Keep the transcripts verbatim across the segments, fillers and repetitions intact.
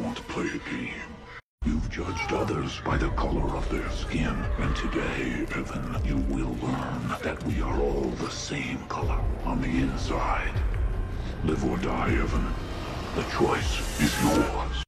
want to play a game. You've judged others by the color of their skin, and today, Evan, you will learn that we are all the same color on the inside. Live or die, Evan. The choice is yours.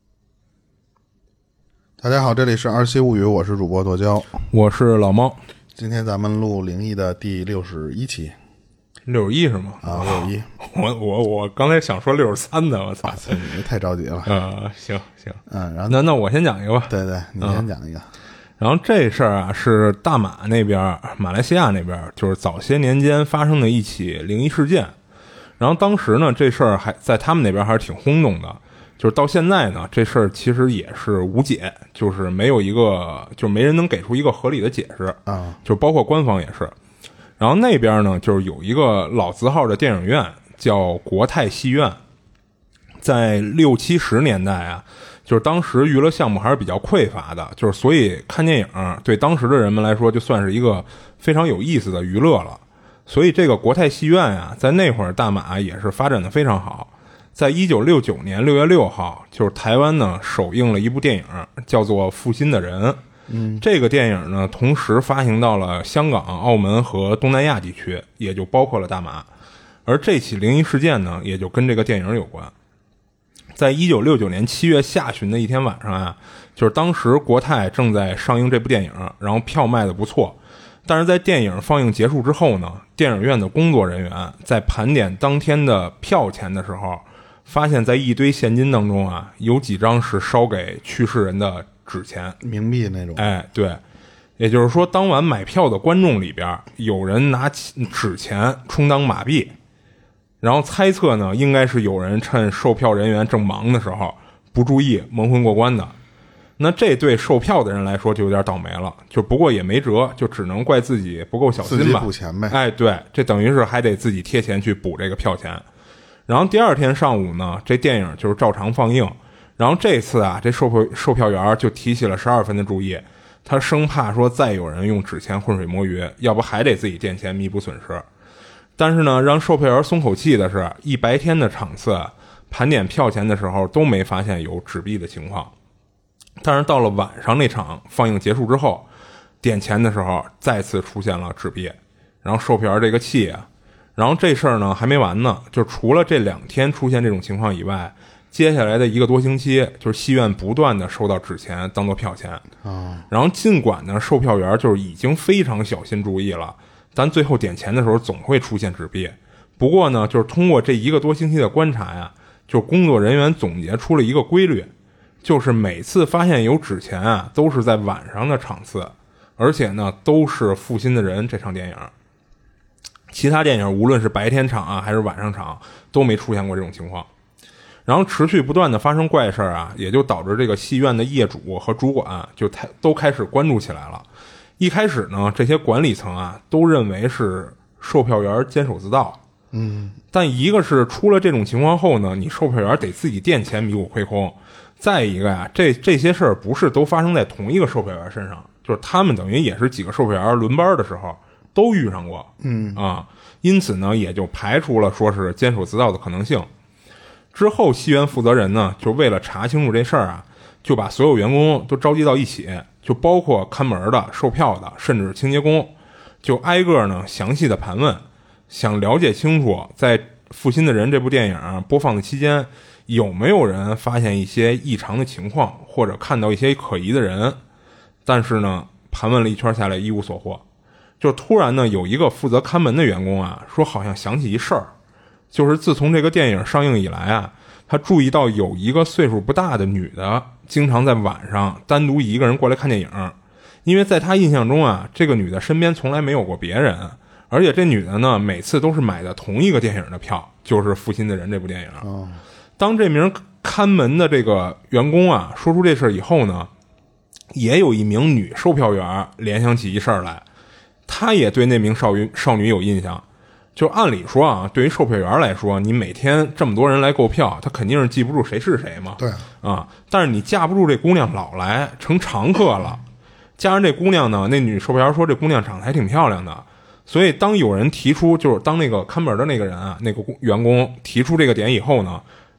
大家好，这里是二七物语，我是主播剁椒， 我是老猫。 今天咱们录灵异的第六十一期。 六十一是吗？ 啊，六十一。 我我我刚才想说六十三的，我操！ 你太着急了。 呃，行行， 嗯，然后那那我先讲一个吧。 对对，你先讲一个。 嗯、然后这事儿啊，是大马那边，马来西亚那边，就是早些年间发生的一起灵异事件。然后当时呢，这事儿还在他们那边还是挺轰动的。就是到现在呢，这事儿其实也是无解，就是没有一个，就是没人能给出一个合理的解释啊， 就包括官方也是。然后那边呢，就是有一个老字号的电影院叫国泰戏院，在六七十年代啊，就是当时娱乐项目还是比较匮乏的，就是所以看电影对当时的人们来说就算是一个非常有意思的娱乐了。所以这个国泰戏院啊，在那会儿大马也是发展的非常好。在一九六九年六月六号，就是台湾呢首映了一部电影，叫做《负心的人》。嗯，这个电影呢，同时发行到了香港、澳门和东南亚地区，也就包括了大马。而这起灵异事件呢，也就跟这个电影有关。在一九六九年七月下旬的一天晚上啊，就是当时国泰正在上映这部电影，然后票卖的不错。但是在电影放映结束之后呢，电影院的工作人员在盘点当天的票钱的时候，发现在一堆现金当中啊，有几张是烧给去世人的纸钱， 冥币那种。 哎，对，也就是说，当晚买票的观众里边，有人拿纸钱充当马币，然后猜测呢，应该是有人趁售票人员正忙的时候不注意蒙混过关的。那这对售票的人来说就有点倒霉了，就不过也没辙，就只能怪自己不够小心吧， 自己补钱呗。 哎，对，这等于是还得自己贴钱去补这个票钱。然后第二天上午呢，这电影就是照常放映。然后这次啊，这售票售票员就提起了十二分的注意，他生怕说再有人用纸钱浑水摸鱼，要不还得自己垫钱弥补损失。但是呢，让售票员松口气的是，一白天的场次盘点票钱的时候都没发现有纸币的情况。但是到了晚上那场放映结束之后，点钱的时候再次出现了纸币，然后售票员这个气啊。然后这事儿呢还没完呢，就除了这两天出现这种情况以外，接下来的一个多星期，就是戏院不断的收到纸钱当做票钱啊。然后尽管呢售票员就是已经非常小心注意了，但最后点钱的时候总会出现纸币。不过呢，就是通过这一个多星期的观察呀，就工作人员总结出了一个规律，就是每次发现有纸钱啊，都是在晚上的场次，而且呢都是《负心的人》这场电影。其他电影无论是白天场啊还是晚上场都没出现过这种情况。然后持续不断的发生怪事啊，也就导致这个戏院的业主和主管就都开始关注起来了。一开始呢，这些管理层啊都认为是售票员监守自盗， 嗯， 但一个是出了这种情况后呢，你售票员得自己垫钱弥补亏空，再一个呀，这这些事儿不是都发生在同一个售票员身上，就是他们等于也是几个售票员轮班的时候都遇上过， 嗯啊，因此呢，也就排除了说是监守自盗的可能性。之后，戏院负责人呢，就为了查清楚这事儿啊，就把所有员工都召集到一起，就包括看门的、售票的，甚至清洁工，就挨个呢详细的盘问，想了解清楚在《负心的人》这部电影播放的期间，有没有人发现一些异常的情况，或者看到一些可疑的人。但是呢，盘问了一圈下来一无所获。就突然呢，有一个负责看门的员工啊，说好像想起一事儿，就是自从这个电影上映以来啊，他注意到有一个岁数不大的女的，经常在晚上单独一个人过来看电影。因为在他印象中啊，这个女的身边从来没有过别人，而且这女的呢，每次都是买的同一个电影的票，就是《负心的人》这部电影。 哦， 当这名看门的这个员工啊说出这事以后呢，也有一名女售票员联想起一事儿来。他也对那名少女少女有印象，就按理说啊，对于售票员来说，你每天这么多人来购票，他肯定是记不住谁是谁嘛。 对啊，但是你架不住这姑娘老来，成常客了。加上这姑娘呢，那女售票员说这姑娘长得还挺漂亮的，所以当有人提出，就是当那个看门的那个人啊，那个员工提出这个点以后呢，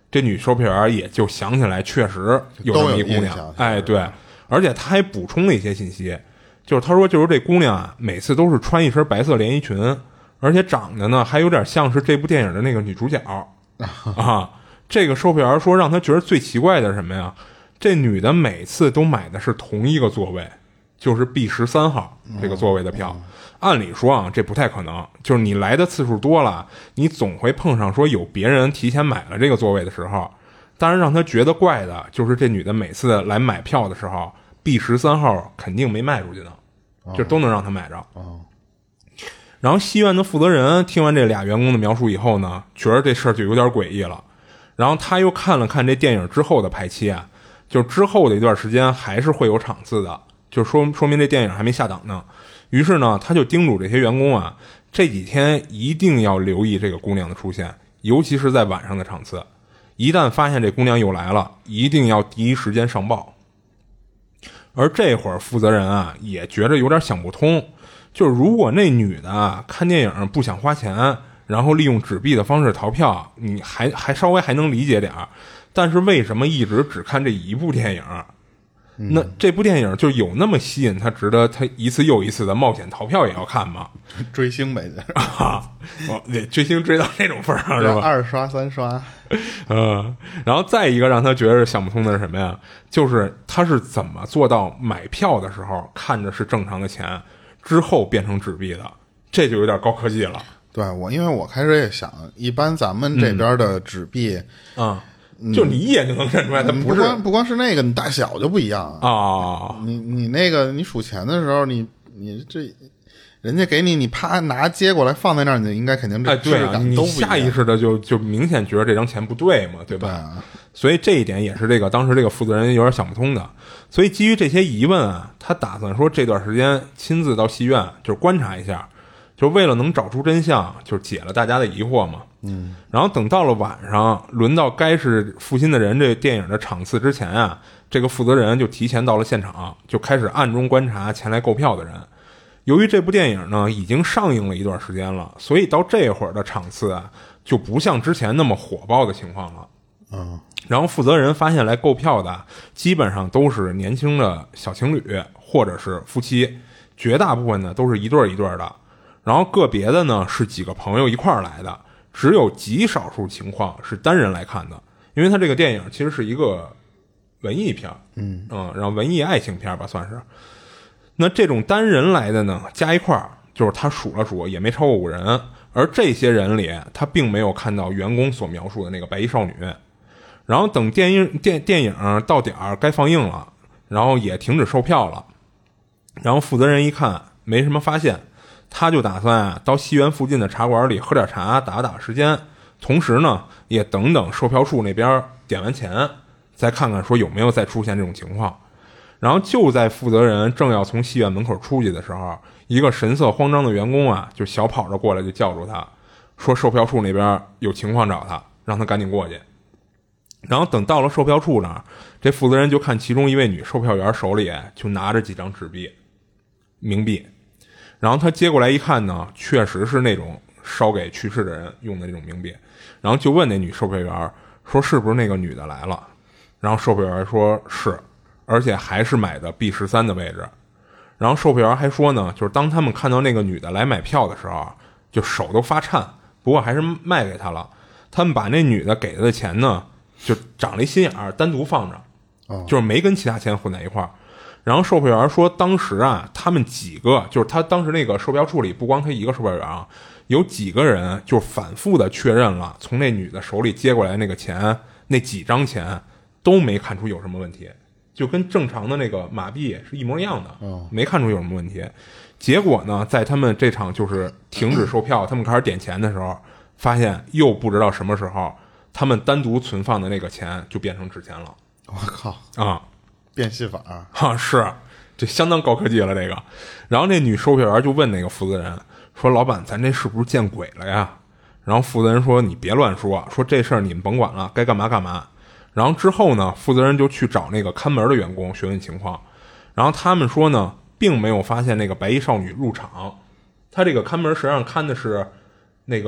这女售票员也就想起来确实有这么一姑娘，哎，对，而且她还补充了一些信息，就是她说就是这姑娘啊，每次都是穿一身白色连衣裙，而且长得呢还有点像是这部电影的那个女主角啊。这个售票员说让她觉得最奇怪的是什么呀？这女的每次都买的是同一个座位，就是 B 十三号这个座位的票。嗯嗯按理说啊，这不太可能，就是你来的次数多了，你总会碰上说有别人提前买了这个座位的时候。当然让他觉得怪的就是这女的每次来买票的时候 B 十三号肯定没卖出去呢，就都能让他买着。 哦。 然后戏院的负责人听完这俩员工的描述以后呢，觉得这事儿就有点诡异了。然后他又看了看这电影之后的排期啊，就之后的一段时间还是会有场次的，就说说明这电影还没下档呢。于是呢，他就叮嘱这些员工啊，这几天一定要留意这个姑娘的出现，尤其是在晚上的场次。一旦发现这姑娘又来了，一定要第一时间上报。而这会儿负责人啊，也觉得有点想不通，就是如果那女的啊看电影不想花钱，然后利用纸币的方式逃票，你还还稍微还能理解点儿，但是为什么一直只看这一部电影？那这部电影就有那么吸引他，值得他一次又一次的冒险逃票也要看吗？ 追星呗， 啊，哦，对，追星追到那种份上是吧？ 二刷三刷， 嗯，然后再一个让他觉得想不通的是什么呀？就是他是怎么做到买票的时候看着是正常的钱，之后变成纸币的？这就有点高科技了。 对我，因为我开始也想，一般咱们这边的纸币， 嗯。嗯就你一眼就能认出来，它不是、 嗯、不光不光是那个，你大小就不一样啊。 哦、 你你那个你数钱的时候，你你这人家给你，你啪拿接过来放在那儿，你应该肯定这质感都不一样。 你下意识的就就明显觉得这张钱不对嘛，对吧？ 对啊、 所以这一点也是这个当时这个负责人有点想不通的。所以基于这些疑问啊，他打算说这段时间亲自到戏院就是观察一下。就为了能找出真相，就解了大家的疑惑嘛。 嗯， 然后等到了晚上，轮到该是负心的人这电影的场次之前啊，这个负责人就提前到了现场，就开始暗中观察前来购票的人。由于这部电影呢已经上映了一段时间了，所以到这会儿的场次啊，就不像之前那么火爆的情况了。 嗯， 然后负责人发现来购票的基本上都是年轻的小情侣或者是夫妻，绝大部分呢都是一对一对的。然后个别的呢是几个朋友一块儿来的，只有极少数情况是单人来看的，因为他这个电影其实是一个文艺片， 嗯嗯，然后文艺爱情片吧算是。那这种单人来的呢，加一块儿就是他数了数也没超过五人，而这些人里他并没有看到员工所描述的那个白衣少女。然后等电影电电影到点儿该放映了，然后也停止售票了，然后负责人一看没什么发现。他就打算啊，到戏院附近的茶馆里喝点茶，打打时间，同时呢，也等等售票处那边点完钱，再看看说有没有再出现这种情况。然后就在负责人正要从戏院门口出去的时候，一个神色慌张的员工啊，就小跑着过来就叫住他，说售票处那边有情况找他，让他赶紧过去。然后等到了售票处那儿，这负责人就看其中一位女售票员手里就拿着几张纸币，冥币。然后他接过来一看呢，确实是那种烧给去世的人用的那种冥币。然后就问那女售票员说是不是那个女的来了？然后售票员说是，而且还是买的 B 十三 的位置。然后售票员还说呢，就是当他们看到那个女的来买票的时候，就手都发颤，不过还是卖给她了。他们把那女的给的钱呢，就长了一心眼儿，单独放着，就是没跟其他钱混在一块儿。然后售票员说当时啊他们几个就是他当时那个售票处里不光他一个售票员啊，有几个人就反复的确认了从那女的手里接过来那个钱，那几张钱都没看出有什么问题，就跟正常的那个马币是一模一样的，没看出有什么问题。结果呢在他们这场就是停止售票他们开始点钱的时候，发现又不知道什么时候他们单独存放的那个钱就变成纸钱了。 我靠啊！ 变戏法啊，是，这相当高科技了这个。然后那女售票员就问那个负责人说：“老板，咱这是不是见鬼了呀？”然后负责人说：“你别乱说，说这事儿你们甭管了，该干嘛干嘛。”然后之后呢，负责人就去找那个看门的员工询问情况。然后他们说呢，并没有发现那个白衣少女入场。他这个看门实际上看的是那个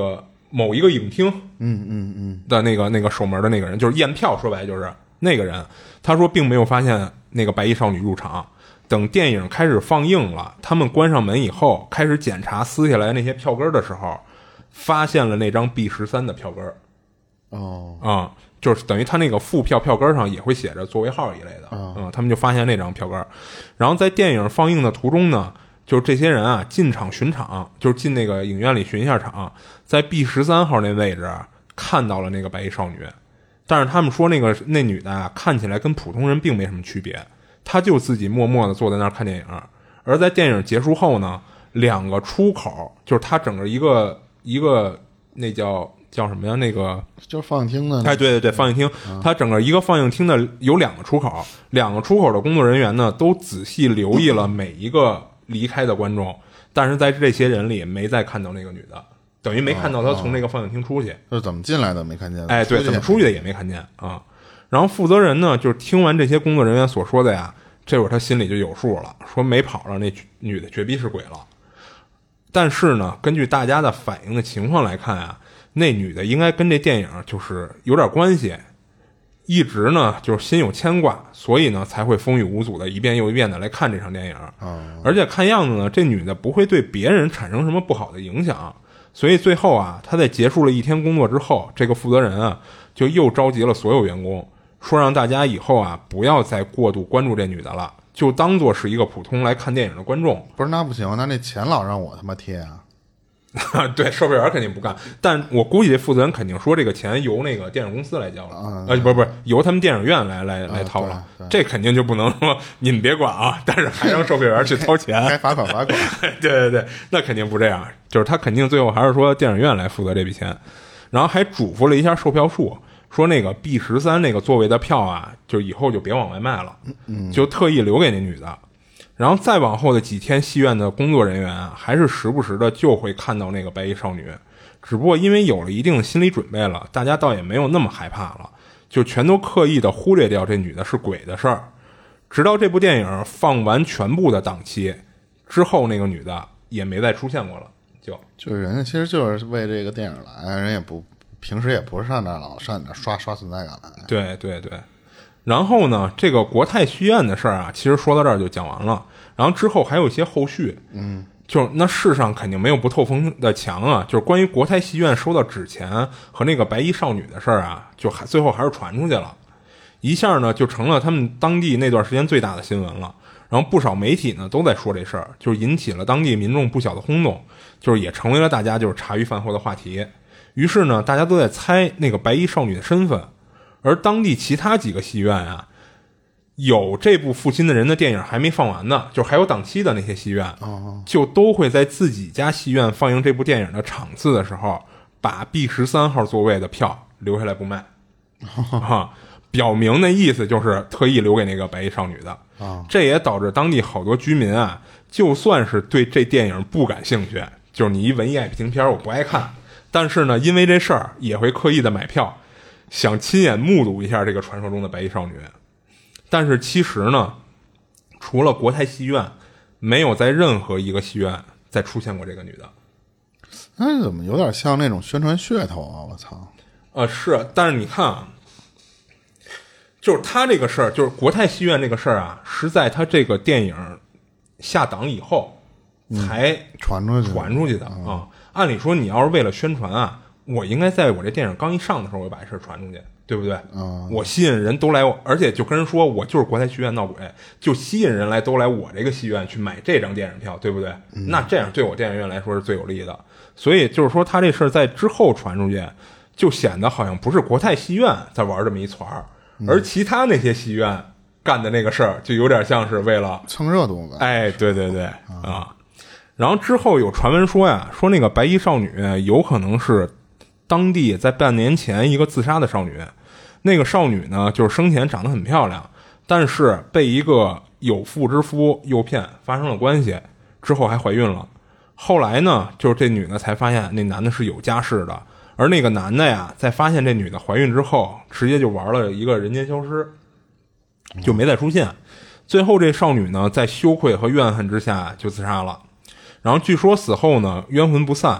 某一个影厅嗯嗯嗯的那个那个守门的那个人，就是验票，说白了就是那个人，他说并没有发现那个白衣少女入场。等电影开始放映了，他们关上门以后，开始检查撕下来那些票根的时候，发现了那张 B 十三 的票根。 哦， 啊、嗯，就是等于他那个副票票根上也会写着座位号一类的。 哦、 嗯，他们就发现那张票根。然后在电影放映的途中呢，就是这些人啊进场巡场，就是进那个影院里巡一下场，在 B 十三 号那位置看到了那个白衣少女，但是他们说那个那女的啊看起来跟普通人并没什么区别。他就自己默默地坐在那儿看电影，而在电影结束后呢，两个出口，就是他整个一个一个那叫叫什么呀？那个就是放映厅的。 哎，对对对，放映厅，他整个一个放映厅的有两个出口，两个出口的工作人员呢都仔细留意了每一个离开的观众，但是在这些人里没再看到那个女的，等于没看到她从那个放映厅出去。 就是怎么进来的没看见？ 哎，对，怎么出去的也没看见啊。然后负责人呢，就是听完这些工作人员所说的呀，这会儿他心里就有数了，说没跑了，那女的绝逼是鬼了。但是呢，根据大家的反应的情况来看啊，那女的应该跟这电影就是有点关系，一直呢就是心有牵挂，所以呢才会风雨无阻的一遍又一遍的来看这场电影。而且看样子呢，这女的不会对别人产生什么不好的影响。所以最后啊，她在结束了一天工作之后，这个负责人啊就又召集了所有员工，说让大家以后啊不要再过度关注这女的了，就当做是一个普通来看电影的观众。 不是，那不行，那那钱老让我他妈贴啊！ 对，售票员肯定不干，但我估计这负责人肯定说这个钱由那个电影公司来交了， 啊、 呃，不是不是，由他们电影院来来来掏了， 啊、 这肯定就不能说你们别管啊，但是还让售票员去掏钱， 该罚款罚款。 对对对，那肯定不这样，就是他肯定最后还是说电影院来负责这笔钱，然后还嘱咐了一下售票处，说那个 B 十三 那个座位的票啊，就以后就别往外卖了，就特意留给那女的。然后再往后的几天，戏院的工作人员啊，还是时不时的就会看到那个白衣少女，只不过因为有了一定的心理准备了，大家倒也没有那么害怕了，就全都刻意的忽略掉这女的是鬼的事儿。直到这部电影放完全部的档期之后，那个女的也没再出现过了。就就是人家其实就是为这个电影来，人也不平时也不是上那老上那刷刷存在感来。 对对对。然后呢，这个国泰戏院的事儿啊，其实说到这儿就讲完了。然后之后还有一些后续， 嗯， 就那世上肯定没有不透风的墙啊。就是关于国泰戏院收到纸钱和那个白衣少女的事儿啊，就还最后还是传出去了，一下呢就成了他们当地那段时间最大的新闻了。然后不少媒体呢都在说这事儿，就是引起了当地民众不小的轰动，就是也成为了大家就是茶余饭后的话题。于是呢，大家都在猜那个白衣少女的身份。而当地其他几个戏院啊，有这部负心的人的电影还没放完呢，就还有档期的那些戏院，就都会在自己家戏院放映这部电影的场次的时候，把 B 十三 号座位的票留下来不卖，啊，表明的意思就是特意留给那个白衣少女的。这也导致当地好多居民啊，就算是对这电影不感兴趣，就是你一文艺爱情片我不爱看，但是呢，因为这事儿也会刻意的买票，想亲眼目睹一下这个传说中的白衣少女。但是其实呢，除了国泰戏院，没有在任何一个戏院再出现过这个女的。 那怎么有点像那种宣传噱头啊？我操！ 呃，是，但是你看啊，就是他这个事儿，就是国泰戏院这个事儿啊，是在他这个电影下档以后才传出去传出去的啊、嗯嗯。按理说，你要是为了宣传啊，我应该在我这电影刚一上的时候，我就把这事儿传出去。对不对？ 嗯， 我吸引人都来我，而且就跟人说我就是国泰戏院闹鬼，就吸引人来都来我这个戏院去买这张电影票，对不对？嗯、那这样对我电影院来说是最有利的。所以就是说，他这事儿在之后传出去，就显得好像不是国泰戏院在玩这么一撮儿， 嗯、 而其他那些戏院干的那个事儿，就有点像是为了蹭热度。 哎，对对对、嗯、啊。然后之后有传闻说呀，说那个白衣少女有可能是当地在半年前一个自杀的少女。那个少女呢，就是生前长得很漂亮，但是被一个有妇之夫诱骗，发生了关系，之后还怀孕了。后来呢，就是这女的才发现那男的是有家室的，而那个男的呀，在发现这女的怀孕之后，直接就玩了一个人间消失，就没再出现。最后这少女呢，在羞愧和怨恨之下就自杀了。然后据说死后呢，冤魂不散。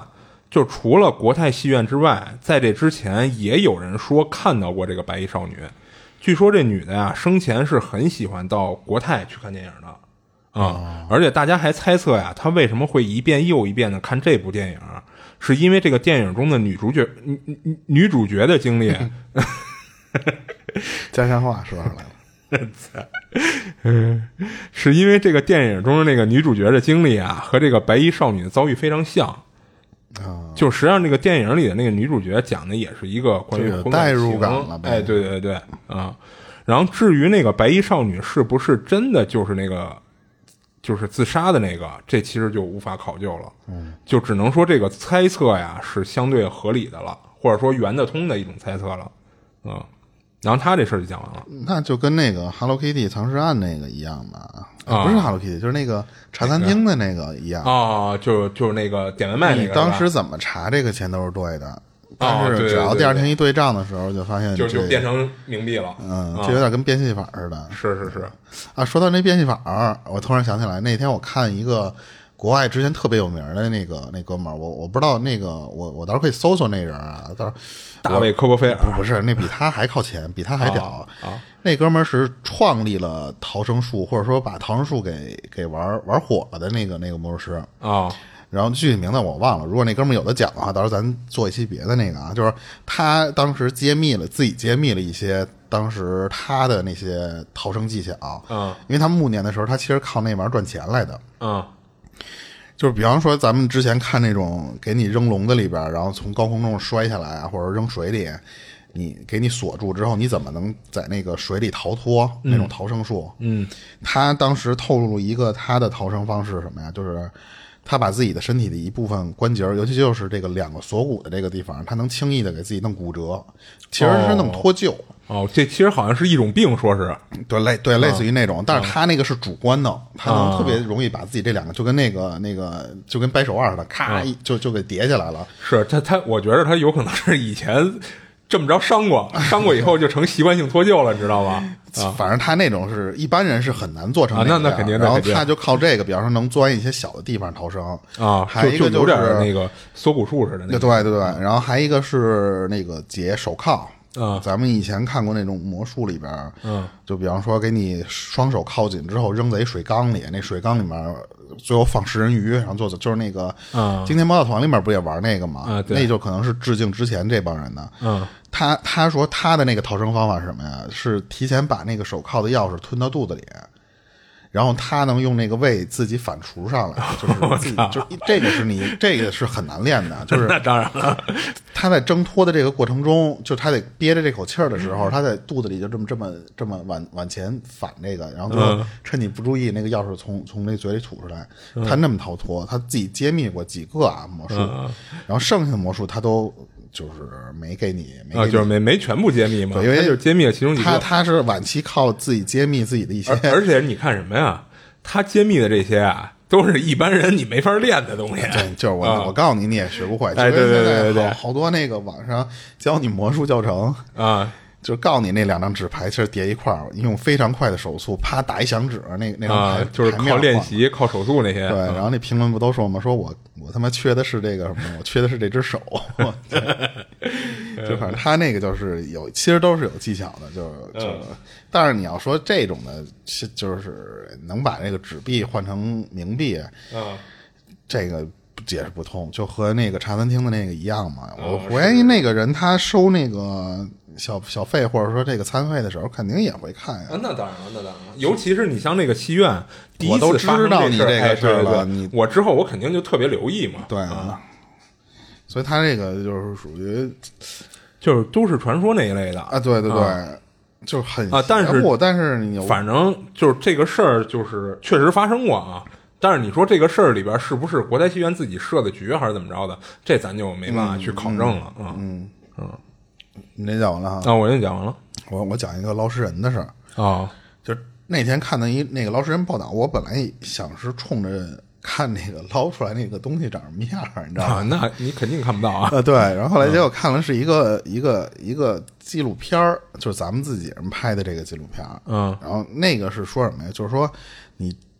就除了国泰戏院之外，在这之前也有人说看到过这个白衣少女。据说这女的呀，生前是很喜欢到国泰去看电影的啊、嗯，而且大家还猜测呀，她为什么会一遍又一遍的看这部电影，是因为这个电影中的女主角女女女主角的经历。 家乡话说出来了。 嗯，是因为这个电影中的那个女主角的经历啊，和这个白衣少女的遭遇非常像啊。 就实际上这个电影里的那个女主角讲的也是一个关于代入感了呗。 哎，对对对啊、嗯。然后至于那个白衣少女是不是真的就是那个就是自杀的那个，这其实就无法考究了。嗯，就只能说这个猜测呀是相对合理的了，或者说圆得通的一种猜测了。嗯。然后他这事儿就讲完了， 那就跟那个 Hello Kitty 藏尸案那个一样吧？啊、不是 Hello Kitty， 就是那个茶餐厅的那个一样啊、哦，就就是那个点外卖那个。 你当时怎么查这个钱都是对的，但是只要第二天一对账的时候，就发现就就变成冥币了。 嗯，这有点跟变戏法似的。 是是是啊，说到那变戏法，我突然想起来，那天我看一个国外之前特别有名的那个那哥们儿，我我不知道那个我我到时候可以搜搜那人啊，到时候。 大卫科波菲尔不是，那比他还靠前，比他还屌。 啊啊、 那哥们儿是创立了逃生术，或者说把逃生术给给玩玩火了的那个那个魔术师啊。 然后具体名字我忘了，如果那哥们儿有的讲的话，到时候咱做一期别的那个啊，就是他当时揭秘了自己揭秘了一些当时他的那些逃生技巧。 嗯， 因为他暮年的时候，他其实靠那玩意儿赚钱来的。 嗯。 就是比方说咱们之前看那种给你扔笼子里边，然后从高空中摔下来啊，或者扔水里，你给你锁住之后，你怎么能在那个水里逃脱、嗯、那种逃生术？ 嗯， 他当时透露一个他的逃生方式是什么呀？就是他把自己的身体的一部分关节，尤其就是这个两个锁骨的这个地方，他能轻易的给自己弄骨折，其实是弄脱臼。 哦，这其实好像是一种病，说是对类对类似于那种、嗯，但是他那个是主观的，他能特别容易把自己这两个就跟那个那个就跟掰手腕似的，咔一、嗯、就就给叠起来了。 是他他，我觉得他有可能是以前这么着伤过，伤过以后就成习惯性脱臼了，知道吧？啊， 反正他那种是一般人是很难做成那个、啊、那那肯定， 然后他就靠这个，比方说能钻一些小的地方逃生啊， 还有一个就有点那个缩骨术似的那个，对对对，然后还一个是那个解手铐。 嗯， 咱们以前看过那种魔术里边， 嗯， 就比方说给你双手铐紧之后扔在一水缸里，那水缸里面最后放食人鱼，然后做就是那个， 嗯， 惊天魔盗团里面不也玩那个吗？ 啊，对， 那就可能是致敬之前这帮人的。 嗯， 他他说他的那个逃生方法是什么呀？是提前把那个手铐的钥匙吞到肚子里。然后他能用那个胃自己反刍上来，就是自己就这个是你这个是很难练的，就是那当然了。 他在挣脱的这个过程中，就他得憋着这口气儿的时候，他在肚子里就这么这么这么往往前反这个，然后最后趁你不注意，那个钥匙从从那嘴里吐出来，他那么逃脱，他自己揭秘过几个啊魔术，然后剩下的魔术他都。就是没给你，没给你啊，就是没没全部揭秘嘛， 对，因为他就是揭秘了其中几个。 他他是晚期靠自己揭秘自己的一些， 而而且你看什么呀？他揭秘的这些啊，都是一般人你没法练的东西。 对，就是我、 啊、 我告诉你，你也学不会。 哎，对对对对对， 好多那个网上教你魔术教程啊。 就告诉你那两张纸牌其实叠一块儿，用非常快的手速，啪打一响指，那那张牌、 啊、就是靠练习、靠手速那些。 对，然后那评论不都说吗？说我我他妈缺的是这个什么？我缺的是这只手。就反正他那个就是有，其实都是有技巧的，就就、嗯。但是你要说这种的，就是能把这个纸币换成冥币， 嗯， 这个。解释不通，就和那个茶餐厅的那个一样嘛。我怀疑那个人他收那个小小费或者说这个餐费的时候，肯定也会看呀。 啊，那当然了，那当然了。尤其是你像那个戏院，第一次发生这事儿， 哎， 对对，你我之后我肯定就特别留意嘛。 对啊，所以他这个就是属于就是都市传说那一类的啊。对对对， 啊、 就很啊，但是但是你反正就是这个事儿，就是确实发生过啊。但是你说这个事儿里边是不是国泰戏院自己设的局还是怎么着的，这咱就没办法去考证了。 嗯嗯嗯， 你这讲完了哈？ 啊，我也讲完了。 我我讲一个捞尸人的事儿啊， 就那天看到一那个捞尸人报道，我本来想是冲着看那个捞出来那个东西长什么样，你知道吗？ 啊，那你肯定看不到啊。 呃，对，然后后来结果看了是一个、嗯、一个一个纪录片儿，就是咱们自己人拍的这个纪录片儿。 嗯， 然后那个是说什么呀？就是说你。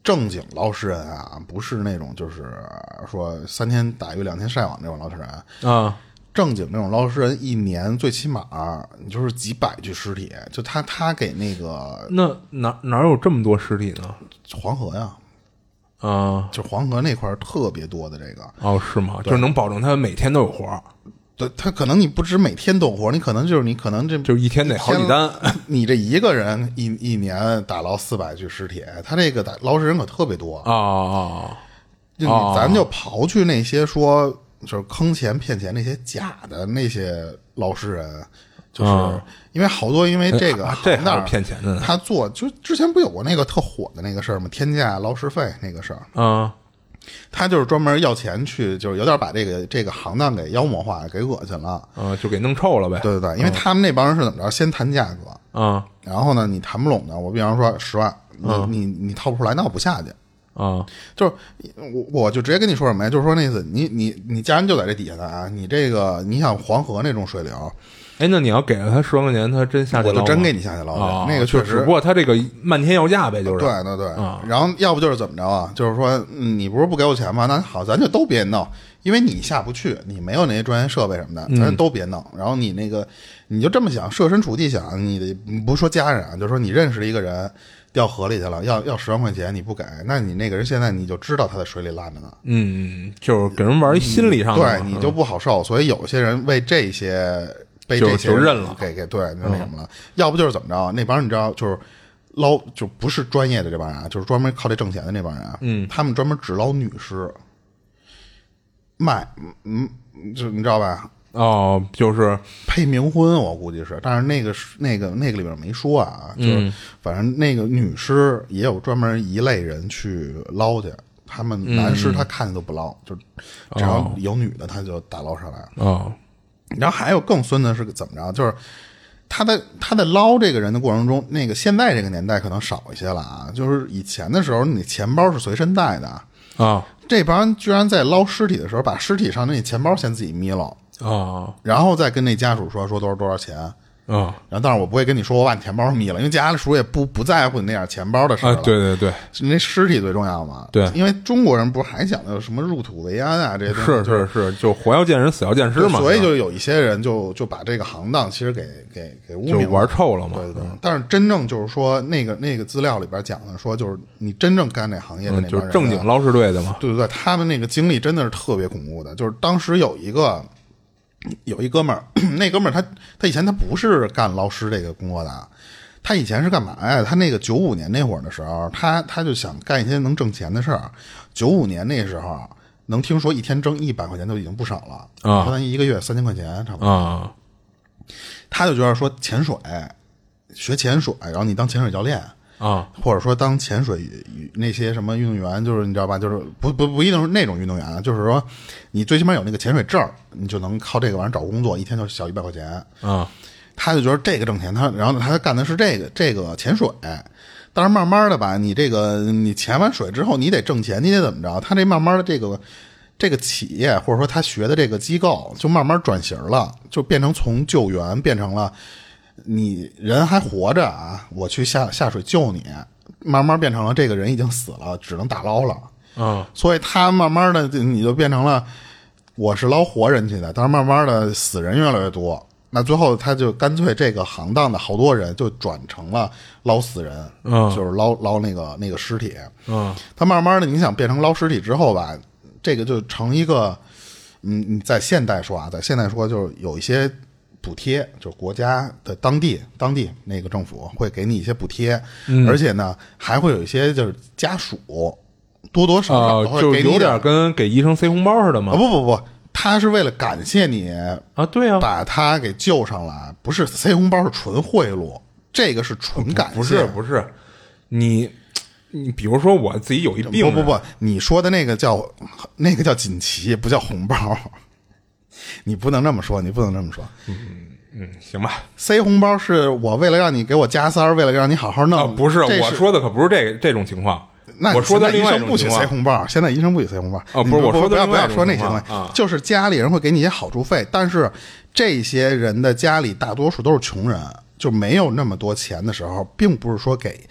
正经捞尸人啊，不是那种就是说三天打鱼两天晒网这种捞尸人啊。 正经那种捞尸人，一年最起码你就是几百具尸体，就他他给那个那哪哪有这么多尸体呢？ 黄河呀， 啊， 就黄河那块特别多的这个。 哦，是吗？就是能保证他每天都有活儿。 对，他可能你不止每天都有活，你可能就是你可能这就一天得好几单。 你这一个人一一年打捞四百具尸体，他这个打捞尸人可特别多啊啊！ 就你咱就刨去那些说。就是坑钱骗钱那些假的那些捞尸人，就是因为好多因为这个、 啊、这还是骗钱的呢。 他做就之前不有过那个特火的那个事儿吗？天价捞尸费那个事儿啊， 他就是专门要钱去，就是有点把这个这个行当给妖魔化，给恶心了啊，就给弄臭了呗。 对对对，因为他们那帮人是怎么着？先谈价格啊， 然后呢，你谈不拢的，我比方说十万，你、嗯、你你掏不出来，那我不下去。 啊， 就是我我就直接跟你说什么呀？就是说那次你你你家人就在这底下呢啊，你这个你想黄河那种水流， 哎，那你要给了他十万块钱，他真下去捞吗？ 我就真给你下去捞去、哦，那个确实， 只不过他这个漫天要价呗，就是对对对、 嗯。 然后要不就是怎么着啊？就是说、嗯、你不是不给我钱吗？那好，咱就都别弄，因为你下不去，你没有那些专业设备什么的，咱都别弄。嗯、然后你那个你就这么想，设身处地想，你的不是说家人啊，就是说你认识一个人。掉河里去了，要要十万块钱，你不给，那你那个人现在你就知道他在水里烂着呢。 嗯，就是给人玩一心理上的、 嗯，对，你就不好受。所以有些人为这些被这些就认了， 给给对就那什么了、嗯。要不就是怎么着，那帮人你知道，就是捞就不是专业的这帮人，就是专门靠这挣钱的那帮人。 嗯， 他们专门只捞女尸卖，嗯，就你知道吧？ 哦，就是配冥婚，我估计是，但是那个那个那个里边没说啊，就是反正那个女尸也有专门一类人去捞去，他们男尸他看见都不捞，就只要有女的他就打捞上来。 哦， 然后还有更孙的是怎么着，就是他在他在捞这个人的过程中，那个现在这个年代可能少一些了啊，就是以前的时候你钱包是随身带的啊， 这帮人居然在捞尸体的时候把尸体上那钱包先自己眯了。 哦， 然后再跟那家属说说多少多少钱， 嗯， 然后当然我不会跟你说我把你钱包眯了，因为家属也不不在乎你那点钱包的事了、 啊。对对对， 那尸体最重要嘛。 对， 因为中国人不是还讲究什么入土为安啊这些东西， 是是是，就活要见人，死要见尸嘛。 所以就有一些人就就把这个行当其实给给给污名就玩臭了嘛。 对对对、嗯。但是真正就是说那个那个资料里边讲的说，就是你真正干这行业的那帮人、 嗯，就是正经捞尸队的嘛。 对对对，他们那个经历真的是特别恐怖的，就是当时有一个。有一哥们儿，那哥们儿他他以前他不是干捞尸这个工作的，他以前是干嘛呀？他那个九五年那会儿的时候，他他就想干一些能挣钱的事儿。九五年那时候，能听说一天挣一百块钱就已经不少了啊，说咱一个月三千块钱差不多啊。 他就觉得说潜水，学潜水，然后你当潜水教练。 啊， 或者说当潜水那些什么运动员，就是你知道吧，就是不不不一定是那种运动员啊，就是说你最起码有那个潜水证，你就能靠这个玩意儿找工作，一天就小一百块钱啊。 他就觉得这个挣钱，他然后他干的是这个这个潜水，但是慢慢的吧，你这个你潜完水之后，你得挣钱，你得怎么着？他这慢慢的这个这个企业或者说他学的这个机构就慢慢转型了，就变成从救援变成了。你人还活着啊，我去下下水救你，慢慢变成了这个人已经死了，只能打捞了。 嗯， 所以他慢慢的你就变成了我是捞活人去的，但是慢慢的死人越来越多，那最后他就干脆这个行当的好多人就转成了捞死人， 嗯， 就是捞捞那个那个尸体。 嗯， 他慢慢的你想变成捞尸体之后吧，这个就成一个，嗯，你在现代说啊，在现代说就是有一些。补贴就是国家的当地当地那个政府会给你一些补贴、嗯、而且呢还会有一些就是家属多多少少会给你、 呃、就有点跟给医生塞红包似的吗、 哦、不不不他是为了感谢你啊，对啊， 把他给救上来，不是塞红包，是纯贿赂，这个是纯感谢。 不是不是，你你比如说我自己有一病， 不不不，你说的那个叫那个叫锦旗，不叫红包。你不能这么说，你不能这么说。 嗯嗯，行吧。 塞红包是我为了让你给我加塞儿，为了让你好好弄。 啊、不是，我说的可不是这这种情况。 那我说的另外一种情况，现在医生不许塞红包，现在医生不许塞红包。 哦，不是，我说的不要不要说那些东西、啊，就是家里人会给你一些好处费，但是这些人的家里大多数都是穷人，就没有那么多钱的时候，并不是说给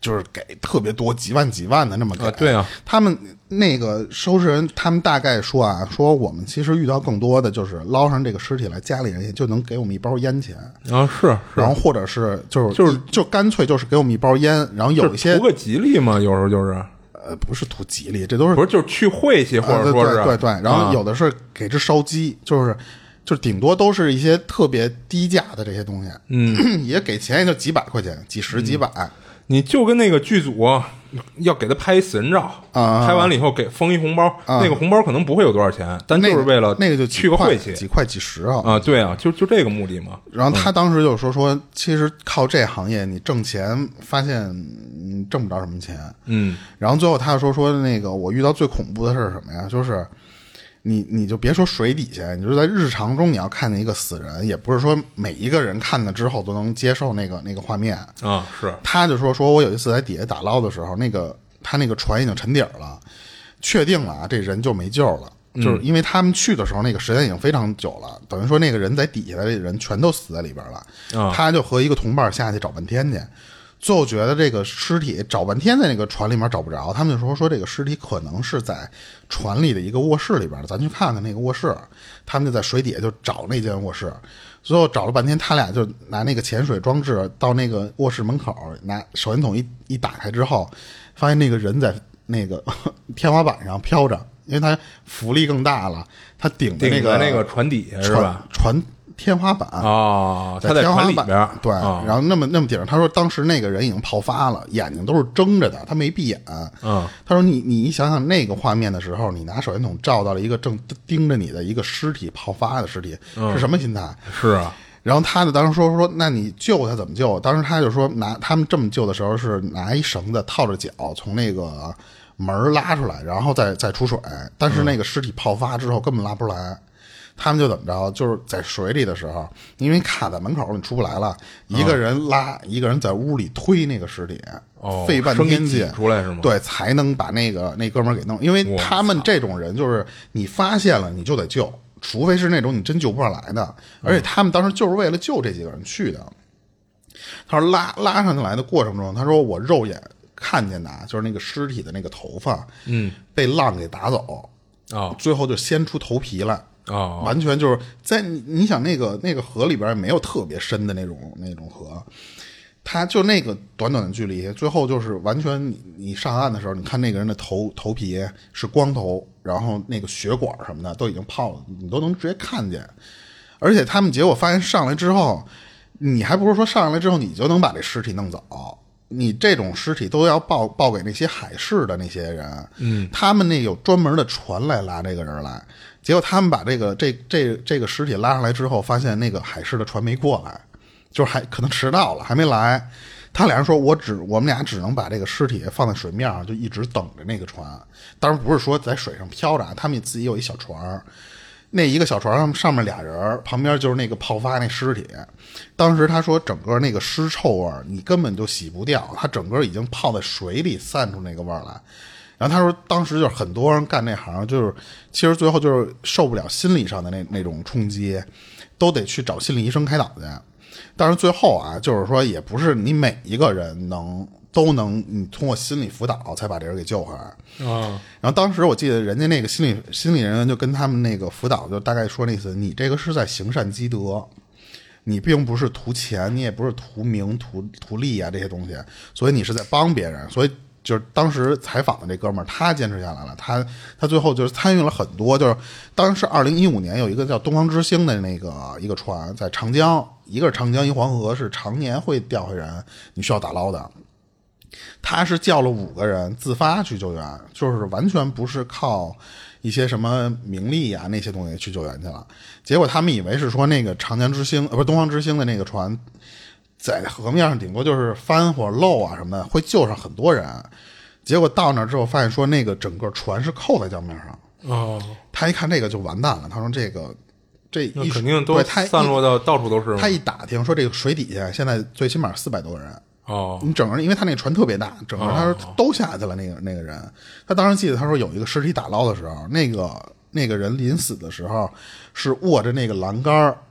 就是给特别多几万几万的那么给。 啊对啊， 他们那个收尸人，他们大概说啊，说我们其实遇到更多的就是捞上这个尸体来，家里人也就能给我们一包烟钱啊，是，是然后或者是就是就是就干脆就是给我们一包烟，然后有一些图个吉利嘛，有时候就是呃不是图吉利，这都是不是就是去晦气或者说是、 呃、对对对，然后有的是给只烧鸡，啊、就是就顶多都是一些特别低价的这些东西，嗯，也给钱也就几百块钱，几十几百。嗯你就跟那个剧组要给他拍一死人照啊， 拍完了以后给封一红包，啊、那个红包可能不会有多少钱，但就是为了那个就去个晦气， 几块几十啊啊，对啊，就就这个目的嘛。 然后他当时就说说，其实靠这行业你挣钱，发现嗯挣不着什么钱， 嗯， 然后最后他说说那个我遇到最恐怖的是什么呀？就是你你就别说水底下，你就是在日常中你要看见一个死人，也不是说每一个人看了之后都能接受那个那个画面啊。是， 他就说说我有一次在底下打捞的时候，那个他那个船已经沉底儿了，确定了啊，这人就没救了。就是因为他们去的时候那个时间已经非常久了，等于说那个人在底下的这人全都死在里边了。 啊、 他就和一个同伴下去找半天去。最后觉得这个尸体找半天在那个船里面找不着，他们就说说这个尸体可能是在船里的一个卧室里边，咱去看看那个卧室。他们就在水底下就找那间卧室，最后找了半天，他俩就拿那个潜水装置到那个卧室门口，拿手电筒一一打开之后，发现那个人在那个天花板上飘着，因为他浮力更大了，他顶着那个那个船底下是吧？ 船天花板哦，他在天花板里边， 对， 哦、 然后那么那么顶上，他说当时那个人已经泡发了，眼睛都是睁着的，他没闭眼。 嗯， 他说你你想想那个画面的时候，你拿手电筒照到了一个正盯着你的一个尸体泡发的尸体， 嗯、 是什么心态？ 是啊。 然后他就当时说说，那你救他怎么救？当时他就说拿他们这么救的时候是拿一绳子套着脚从那个门拉出来，然后再再出水，但是那个尸体泡发之后根本拉不出来。他们就怎么着，就是在水里的时候，因为卡在门口你出不来了，一个人拉、嗯、一个人在屋里推那个尸体， 哦， 费半天劲出来是吗？ 对，才能把那个那哥们儿给弄。因为他们这种人就是你发现了你就得救，除非是那种你真救不上来的。而且他们当时就是为了救这几个人去的。他说拉拉上来的过程中，他说我肉眼看见的就是那个尸体的那个头发， 嗯， 被浪给打走， 哦， 最后就掀出头皮来。 哦， 完全就是在你你想那个那个河里边没有特别深的那种那种河，它就那个短短的距离，最后就是完全你你上岸的时候，你看那个人的头头皮是光头，然后那个血管什么的都已经泡了，你都能直接看见。而且他们结果发现上来之后，你还不是说上来之后你就能把这尸体弄走，你这种尸体都要报报给那些海事的那些人， 嗯， 他们那有专门的船来拉这个人来。结果他们把这个这这这个尸体拉上来之后，发现那个海事的船没过来，就是还可能迟到了，还没来。他俩人说，我只我们俩只能把这个尸体放在水面上，就一直等着那个船。当然不是说在水上漂着，他们自己有一小船，那一个小船上上面俩人，旁边就是那个泡发那尸体。当时他说，整个那个尸臭味你根本就洗不掉，他整个已经泡在水里散出那个味儿来。然后他说，当时就是很多人干这行，就是其实最后就是受不了心理上的那那种冲击，都得去找心理医生开导去。但是最后啊，就是说也不是你每一个人能都能你通过心理辅导才把这人给救回来。 哦， 然后当时我记得人家那个心理心理人员就跟他们那个辅导就大概说那意思，你这个是在行善积德，你并不是图钱，你也不是图名图图利啊这些东西，所以你是在帮别人。所以就是当时采访的这哥们儿，他坚持下来了，他他最后就是参与了很多，就是当时二零一五年有一个叫东方之星的那个一个船在长江，一个是长江一黄河是常年会掉下人，你需要打捞的。他是叫了五个人自发去救援，就是完全不是靠一些什么名利啊那些东西去救援去了。结果他们以为是说那个长江之星呃不是东方之星的那个船在河面上顶多就是翻或者漏啊什么的，会救上很多人。结果到那之后发现说那个整个船是扣在江面上。 哦， 他一看这个就完蛋了，他说这个这一肯定都散落到到处都是。 他一打听说这个水底下现在最起码四百多个人。 哦， 你整个因为他那船特别大，整个他说都下去了。那个那个人，他当时记得他说有一个尸体打捞的时候，那个那个人临死的时候是握着那个栏杆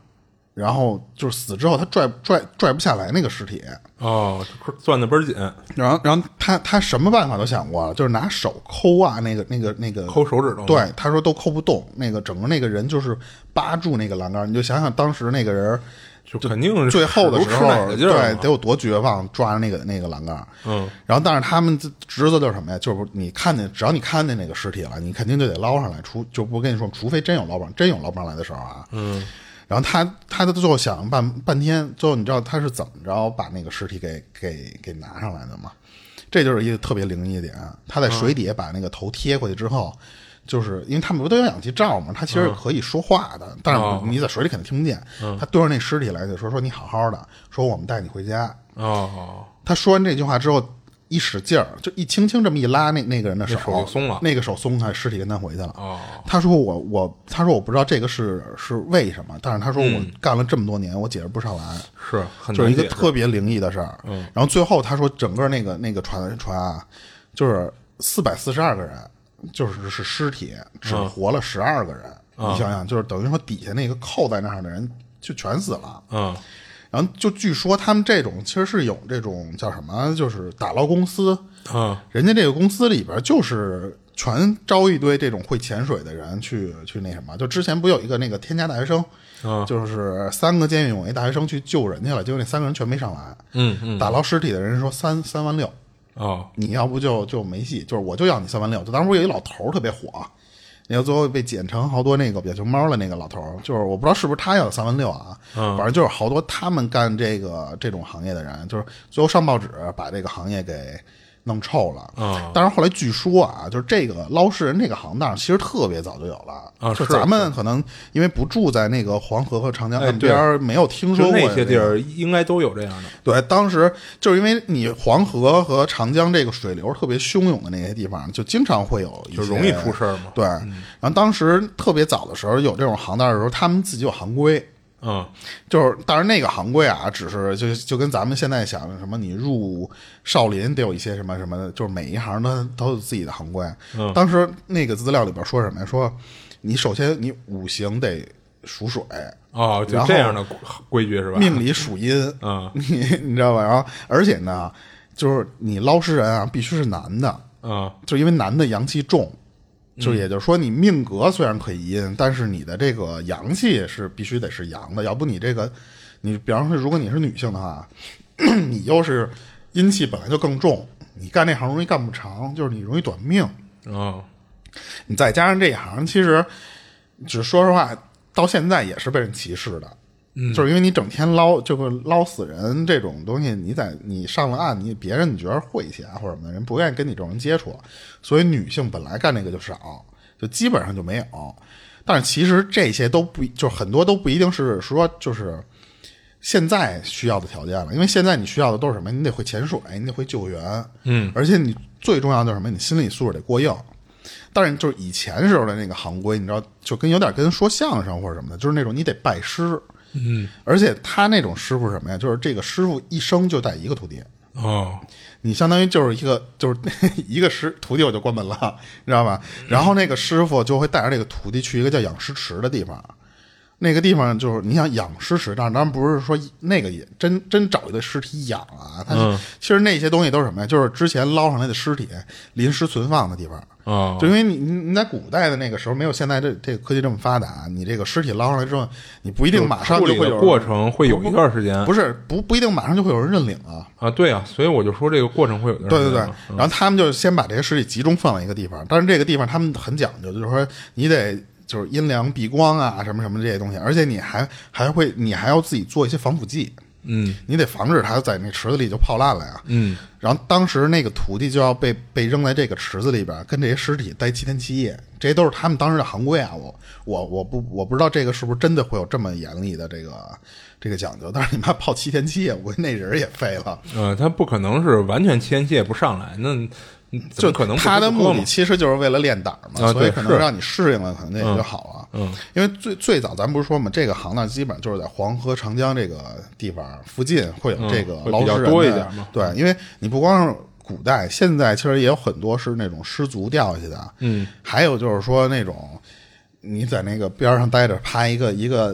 然后就是死之后他拽拽拽不下来那个尸体。 哦，攥得倍儿紧。 然后，然后他他什么办法都想过了，就是拿手抠啊，那个那个那个抠手指头。 对，他说都抠不动，那个整个那个人就是扒住那个栏杆，你就想想当时那个人。 就肯定是最后的时候，对，得有多绝望，抓着那个那个栏杆。 嗯， 然后但是他们职责就是什么呀？就是你看见，只要你看见那个尸体了，你肯定就得捞上来。除就不跟你说，除非真有捞不上，真有捞不上来的时候啊。 嗯。 然后他他的最后想半半天，最后你知道他是怎么着把那个尸体给给给拿上来的吗？这就是一个特别灵异的点。他在水底下把那个头贴过去之后。嗯，就是因为他们不都有氧气罩吗？他其实可以说话的，嗯、但是你在水里肯定听不见。嗯、他对着那尸体来就说：“说你好好的，说我们带你回家。” 哦， 他说完这句话之后，一使劲儿，就一轻轻这么一拉那那个人的手， 手就松了， 那个手松开，尸体跟他回去了。 哦， 他说我我他说我不知道这个是是为什么，但是他说我干了这么多年，我解释不上来， 是很就是一个特别灵异的事儿。 嗯， 然后最后他说整个那个那个船船啊，就是四百四十二个人。就是是尸体，只活了十二个人。嗯、你想想，就是等于说底下那个扣在那儿的人就全死了。 嗯， 然后就据说他们这种其实是有这种叫什么，就是打捞公司。 嗯， 人家这个公司里边就是全招一堆这种会潜水的人去去那什么。就之前不有一个那个天价大学生， 嗯、 就是三个见义勇为大学生去救人去了，结果那三个人全没上来。 嗯嗯， 打捞尸体的人说三三万六。 哦， 你要不就就没戏，就是我就要你三万六。就当时不有一老头特别火，那个最后被剪成好多那个表情包的那个老头，就是我不知道是不是他要三万六啊， 嗯， 反正就是好多他们干这个这种行业的人，就是最后上报纸把这个行业给弄臭了。 嗯， 但是后来据说啊，就是这个捞尸人这个行当其实特别早就有了。 啊， 就咱们可能因为不住在那个黄河和长江岸边，哎、没有听说过、 那些地儿应该都有这样的。 对，当时就是因为你黄河和长江这个水流特别汹涌的那些地方，就经常会有一些， 就容易出事嘛。 对，嗯、然后当时特别早的时候有这种行当的时候，他们自己有行规。 嗯， 就是当然那个行规啊，只是就就跟咱们现在想什么，你入少林得有一些什么什么的，就是每一行的都有自己的行规。 嗯，当时那个资料里边说什么呀？说你首先你五行得属水哦，就这样的规矩是吧？ 命里属阴， 嗯， 你你知道吧？然后而且呢，就是你捞尸人啊，必须是男的， 嗯， 就因为男的阳气重。就也就是说，你命格虽然可以阴，但是你的这个阳气是必须得是阳的，要不你这个，你比方说，如果你是女性的话，你又是阴气本来就更重，你干这行容易干不长，就是你容易短命。 哦， 你再加上这一行，其实只说实话，到现在也是被人歧视的。 嗯， 就是因为你整天捞这个捞死人这种东西，你在你上了岸，你别人你觉得晦气啊或者什么的，人不愿意跟你这种人接触，所以女性本来干这个就少，就基本上就没有。但是其实这些都不，就是很多都不一定是说就是现在需要的条件了，因为现在你需要的都是什么？你得会潜水，你得会救援， 嗯， 而且你最重要的就是什么？你心理素质得过硬。但是就是以前时候的那个行规，你知道，就跟有点跟说相声或者什么的，就是那种你得拜师。 嗯， 而且他那种师傅是什么呀？就是这个师傅一生就带一个徒弟哦， 你相当于就是一个就是一个师徒弟我就关门了，你知道吧？然后那个师傅就会带着这个徒弟去一个叫养尸池的地方，那个地方就是你想养尸池，当然不是说那个也真真找一个尸体养啊，它、 嗯、 其实那些东西都是什么呀？就是之前捞上来的尸体临时存放的地方。 哦， 就因为你你在古代的那个时候没有现在这这个科技这么发达，你这个尸体捞上来之后，你不一定马上就会有过程会有一段时间， 不是不不一定马上就会有人认领啊啊，对啊，所以我就说这个过程会有一段时间。 对对对， 嗯、 然后他们就先把这个尸体集中放在一个地方，但是这个地方他们很讲究，就是说你得就是阴凉避光啊什么什么这些东西，而且你还还会你还要自己做一些防腐剂。 嗯， 你得防止它在那池子里就泡烂了呀。 嗯， 然后当时那个徒弟就要被被扔在这个池子里边，跟这些尸体待七天七夜，这些都是他们当时的行规啊。我我我不我不知道这个是不是真的会有这么严厉的这个这个讲究，但是你妈泡七天七夜，我那人也废了。 呃，他不可能是完全七天七夜不上来，那。 就可能他的目的其实就是为了练胆嘛， 啊、 所以可能让你适应了，可能也就好了。 嗯， 因为最最早咱不是说嘛，这个行当基本上就是在黄河、长江这个地方附近会有这个捞尸人的、 嗯、多一点嘛。 对，因为你不光是古代，现在其实也有很多是那种失足掉下去的。 嗯， 还有就是说那种你在那个边上待着，拍一个一个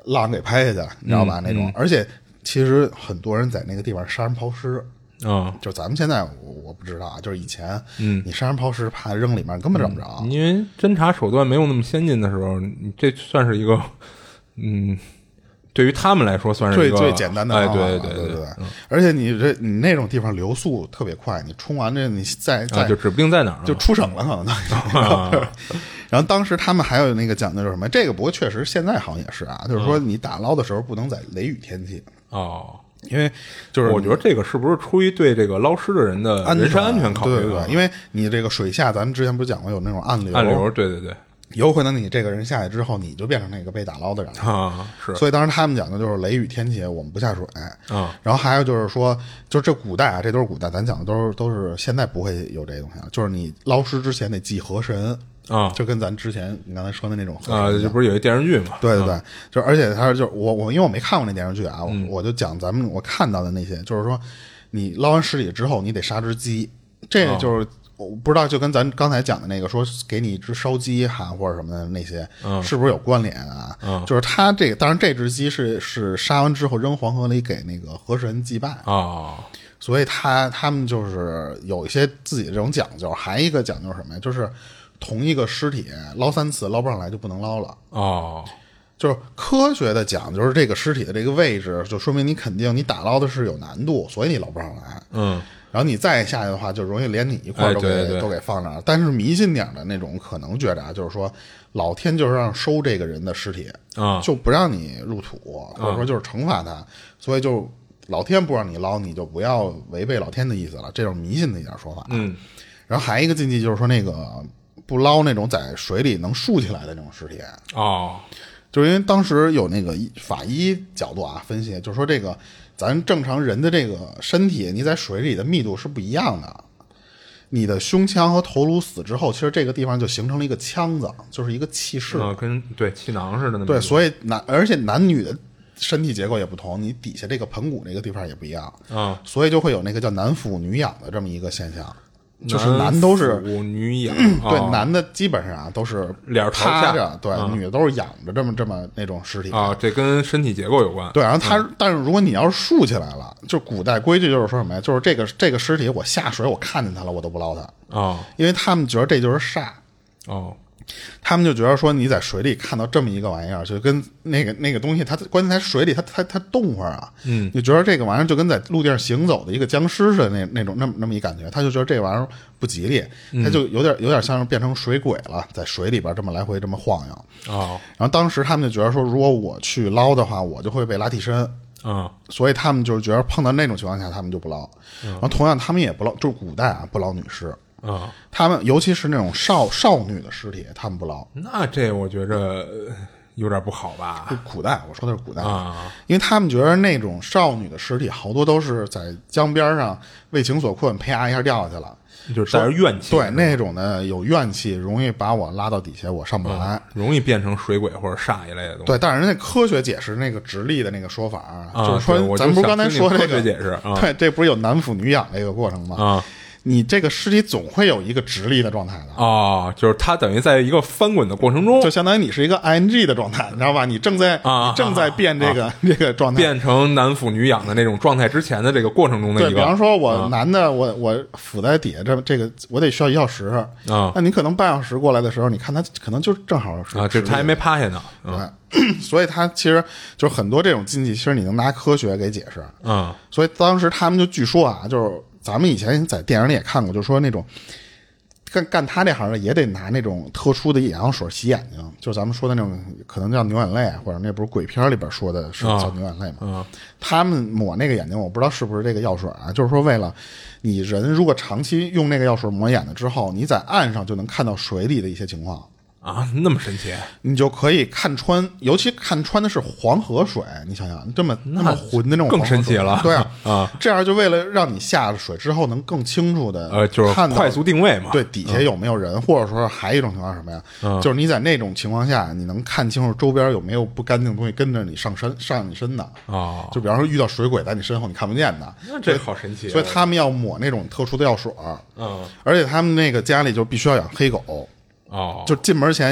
浪给拍下去了，你知道吧？ 嗯、 那种， 嗯、 而且其实很多人在那个地方杀人抛尸。 啊、嗯， 就咱们现在我我不知道啊，就是以前， 嗯， 你杀人抛尸，怕扔里面根本找不着、 嗯，因为侦查手段没有那么先进的时候，你这算是一个，嗯，对于他们来说算是一个最最简单的方法了， 哎，对对对对对、 嗯。 而且你这你那种地方流速特别快，你冲完这你再再、 啊、就指不定在哪儿， 就出省了可能。啊、然后当时他们还有那个讲究是什么？这个不过确实现在好像也是啊，就是说你打捞的时候不能在雷雨天气哦。 因为就是我觉得这个是不是出于对这个捞尸的人的人身安全考虑？ 对对对，因为你这个水下，咱们之前不是讲过有那种暗流， 暗流，对对对， 有可能你这个人下去之后，你就变成那个被打捞的人啊。是， 所以当时他们讲的就是雷雨天气我们不下水啊。 然后还有就是说，就是这古代啊，这都是古代，咱讲的都是都是现在不会有这东西了，就是你捞尸之前得祭河神。 啊， 就跟咱之前你刚才说的那种啊，这不是有一电视剧嘛？ 对对对， 啊、 就而且他就我我因为我没看过那电视剧啊， 嗯、 我就讲咱们我看到的那些，就是说你捞完尸体之后，你得杀只鸡，这就是、哦、我不知道，就跟咱刚才讲的那个说给你一只烧鸡哈或者什么的那些， 嗯、 是不是有关联啊？ 嗯、 就是他这个，当然这只鸡是是杀完之后扔黄河里给那个河神祭拜啊。哦， 所以他他们就是有一些自己的这种讲究，还一个讲究什么呀？就是同一个尸体捞三次捞不上来就不能捞了哦， 就是科学的讲，就是这个尸体的这个位置，就说明你肯定你打捞的是有难度，所以你捞不上来。 嗯， 然后你再下去的话，就容易连你一块都给、 哎、对对对都给放那儿。但是迷信点的那种可能觉得啊，就是说老天就是让收这个人的尸体啊、嗯， 就不让你入土，或者说就是惩罚他，嗯、所以就老天不让你捞，你就不要违背老天的意思了。这种迷信的一点说法。 嗯， 然后还一个禁忌就是说那个。不捞那种在水里能竖起来的那种尸体哦， 就是因为当时有那个法医角度啊分析，就是说这个咱正常人的这个身体，你在水里的密度是不一样的。你的胸腔和头颅死之后，其实这个地方就形成了一个腔子，就是一个气室， 嗯、跟对气囊似的那么。 对，所以男而且男女的身体结构也不同，你底下这个盆骨这个地方也不一样啊、 嗯， 所以就会有那个叫男俯女仰的这么一个现象。就是男都是女仰， 对、 哦， 男的基本上啊都是脸趴着，对、 嗯， 女的都是仰着，这么这么那种尸体啊、哦，这跟身体结构有关。 对，然后他、 嗯， 但是如果你要是竖起来了，就古代规矩就是说什么呀？就是这个这个尸体我下水我看见它了，我都不捞它啊、 哦， 因为他们觉得这就是煞哦。 他们就觉得说你在水里看到这么一个玩意儿，就跟那个那个东西，它关键在水里，它它它动会儿啊， 嗯， 你觉得这个玩意儿就跟在陆地上行走的一个僵尸似的那那种那么那么一感觉，他就觉得这玩意儿不吉利，他就有点有点像是变成水鬼了，在水里边这么来回这么晃悠哦。 然后当时他们就觉得说，如果我去捞的话，我就会被拉替身。 嗯， 所以他们就是觉得碰到那种情况下，他们就不捞。 嗯、 然后同样，他们也不捞，就是古代啊，不捞女尸。 啊、嗯， 他们尤其是那种少少女的尸体，他们不捞。 那这我觉着有点不好吧？ 古代，我说的是古代啊， 因为他们觉得那种少女的尸体好多都是在江边上为情所困，啪一下掉下去了， 就是带着怨气。 对，那种的有怨气，容易把我拉到底下，我上不来， 嗯、容易变成水鬼或者煞一类的东西。 对，但是人家科学解释那个直立的那个说法， 啊、 就是说，咱们不是刚才说这个科学解释，啊、 对，这不是有男俯女仰这个过程吗？ 啊。 你这个尸体总会有一个直立的状态的哦，就是它等于在一个翻滚的过程中， 就相当于你是一个 ing 的状态，你知道吧？你正在啊， 你正在变这个、 啊、 这个状态， 变成男俯女仰的那种状态之前的这个过程中的一个。 对，比方说我啊、 男的，我我俯在底下，这这个我得需要一小时啊， 那你可能半小时过来的时候，你看他可能就正好是啊，就他还没趴下呢， 对。所以他其实就很多这种禁忌，其实你能拿科学给解释。 嗯， 所以当时他们就据说啊，就是咱们以前在电影里也看过，就是说那种干干他这行的也得拿那种特殊的眼药水洗眼睛，就是咱们说的那种可能叫牛眼泪，或者那不是鬼片里边说的是叫牛眼泪嘛？ 嗯， 他们抹那个眼睛，我不知道是不是这个药水啊，就是说为了你人如果长期用那个药水抹眼了之后，你在岸上就能看到水里的一些情况。 啊，那么神奇， 你就可以看穿，尤其看穿的是黄河水，你想想，这么那么浑的那种黄河水， 更神奇了。 对啊， 啊， 这样就为了让你下了水之后能更清楚的呃，就是快速定位嘛， 对，底下有没有人，嗯、或者说还有一种情况是什么呀？ 嗯、 就是你在那种情况下，你能看清楚周边有没有不干净的东西跟着你上身上你身的啊。 哦、 就比方说遇到水鬼在你身后你看不见的， 那这好神奇。 所以他们要抹那种特殊的药水， 嗯， 而且他们那个家里就必须要养黑狗。 哦， 就进门前。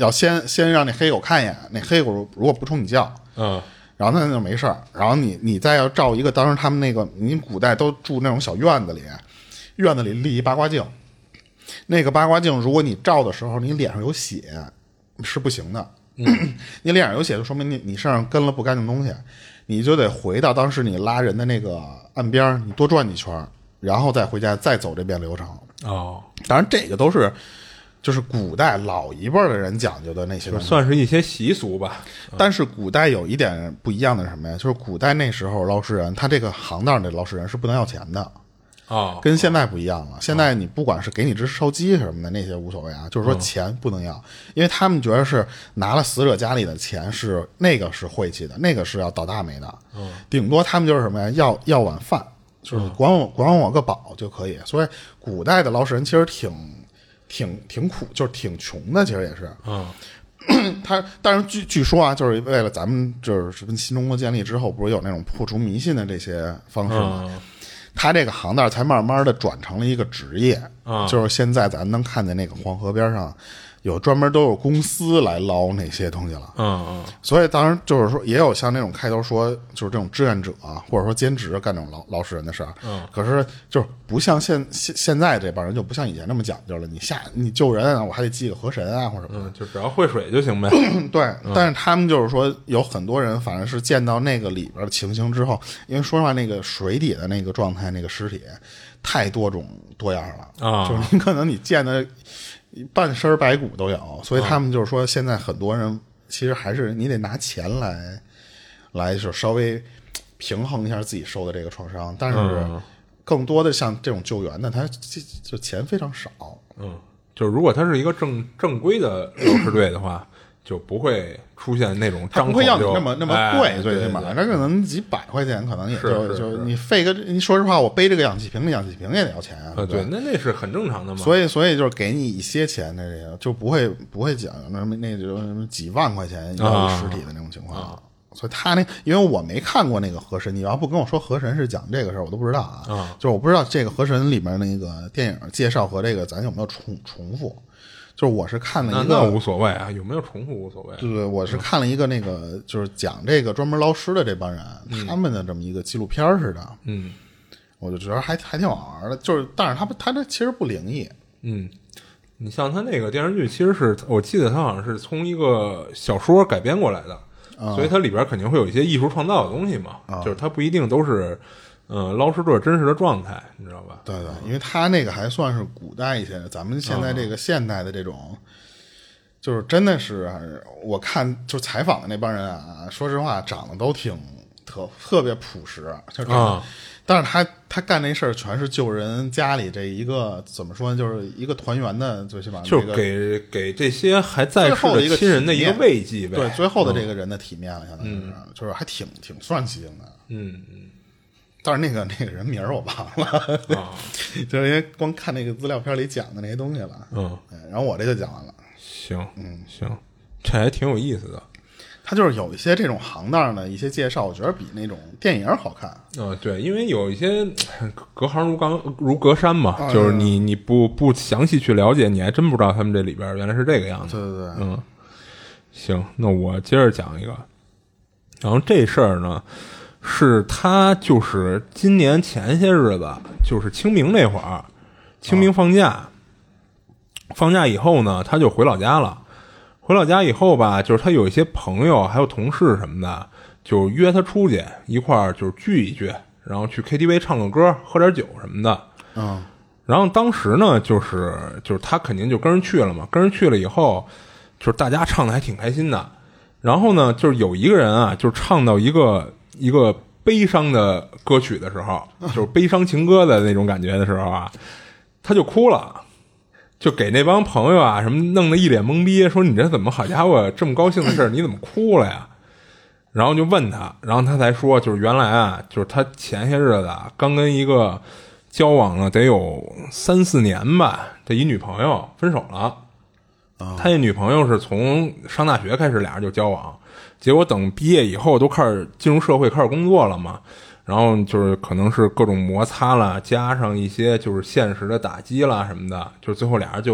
要先先让那黑狗看一眼，那黑狗如果不冲你叫， 嗯， 然后那就没事儿。然后你你再要照一个，当时他们那个，你古代都住那种小院子里，院子里立一八卦镜，那个八卦镜如果你照的时候你脸上有血是不行的。嗯、你脸上有血就说明你你身上跟了不干净东西，你就得回到当时你拉人的那个岸边，你多转几圈，然后再回家再走这遍流程。 哦， 当然这个都是就是古代老一辈的人讲究的那些东西， 算是一些习俗吧。 但是古代有一点不一样的是什么呀？就是古代那时候捞尸人，他这个行当的捞尸人是不能要钱的。 哦， 跟现在不一样了。现在你不管是给你只烧鸡什么的那些无所谓啊，就是说钱不能要，因为他们觉得是拿了死者家里的钱是那个是晦气的，那个是要倒大霉的。嗯，顶多他们就是什么呀？要要碗饭，就是管我管我个饱就可以。所以古代的捞尸人其实挺挺挺苦，就是挺穷的，其实也是。 嗯。 他但是据据说啊，就是为了咱们就是新中国建立之后，不是有那种破除迷信的这些方式吗？嗯，他这个行当才慢慢的转成了一个职业， 嗯， 就是现在咱能看见那个黄河边上有专门都有公司来捞那些东西了。 嗯嗯， 所以当然就是说也有像那种开头说就是这种志愿者啊，或者说兼职干这种捞捞尸人的事儿。 嗯， 可是就是不像现现现在这帮人就不像以前那么讲究了，你下你救人啊，我还得记个河神啊或者什么的。 嗯，就只要会水就行呗。 对， 嗯， 但是他们就是说有很多人反正是见到那个里边的情形之后，因为说实话那个水底的那个状态那个尸体太多种多样了啊， 就是你可能你见的半身白骨都有，所以他们就是说现在很多人其实还是你得拿钱来来就稍微平衡一下自己受的这个创伤，但是更多的像这种救援的他就钱非常少。 嗯，就是如果他是一个正正规的捞尸队的话就不会出现那种张口就他不会要你那么那么贵， 哎、 最起码这可能几百块钱，可能也就就你费个，你说实话，我背这个氧气瓶，氧气瓶也得要钱啊。 呃，对，那那是很正常的嘛。 所以所以就是给你一些钱的这个，就不会不会讲那那种几万块钱要一尸体的那种情况。啊啊，所以他那，因为我没看过那个河神，你要不跟我说河神是讲这个事儿，我都不知道啊。 啊， 就是我不知道这个河神里面那个电影介绍和这个咱有没有重重复。就是我是看了一个， 那无所谓啊，有没有重复无所谓。 对对，我是看了一个那个，就是讲这个专门捞尸的这帮人、嗯、他们的这么一个纪录片似的。 嗯， 我就觉得还还挺好玩的。就是，但是他他这其实不灵异。 嗯，你像他那个电视剧，其实是我记得他好像是从一个小说改编过来的，嗯、所以它里边肯定会有一些艺术创造的东西嘛。嗯、就是它不一定都是。嗯，捞尸队真实的状态，你知道吧？ 对对，因为他那个还算是古代一些，咱们现在这个现代的这种，嗯、就是真的是我看就采访的那帮人啊，说实话长得都挺特特别朴实，就真的。嗯、但是他他干那事儿全是救人家里这一个怎么说呢，就是一个团圆的，最起码、这个、 就是给给这些还在世的亲人的一个慰藉呗。 对，最后的这个人的体面了，相当于是， 嗯、 就是还挺挺算喜庆的。 嗯嗯。 但是那个那个人名我忘了， 啊、 就是因为光看那个资料片里讲的那些东西了。 嗯， 然后我这就讲完了。 行， 嗯， 行，这还挺有意思的。 他就是有一些这种行当的一些介绍，我觉得比那种电影好看。 嗯，对，因为有一些隔行如隔如隔山嘛，啊、就是你你不不详细去了解，你还真不知道他们这里边原来是这个样子。 对对对， 嗯，行，那我接着讲一个，然后这事儿呢。是他就是今年前些日子，就是清明那会儿，清明放假，哦、放假以后呢，他就回老家了。回老家以后吧，就是他有一些朋友还有同事什么的，就约他出去一块儿就是聚一聚，然后去 K T V 唱个歌，喝点酒什么的。 嗯， 然后当时呢，就是就是他肯定就跟人去了嘛，跟人去了以后，就是大家唱的还挺开心的。然后呢，就是有一个人啊，就是唱到一个。一个悲伤的歌曲的时候，就是悲伤情歌的那种感觉的时候啊，他就哭了，就给那帮朋友啊什么弄得一脸懵逼，说你这怎么好家伙这么高兴的事你怎么哭了呀？然后就问他，然后他才说，就是原来啊，就是他前些日子啊刚跟一个交往了得有三四年吧的一女朋友分手了。他那女朋友是从上大学开始俩人就交往。结果等毕业以后都开始进入社会开始工作了嘛，然后就是可能是各种摩擦了，加上一些就是现实的打击啦什么的，就是最后俩人就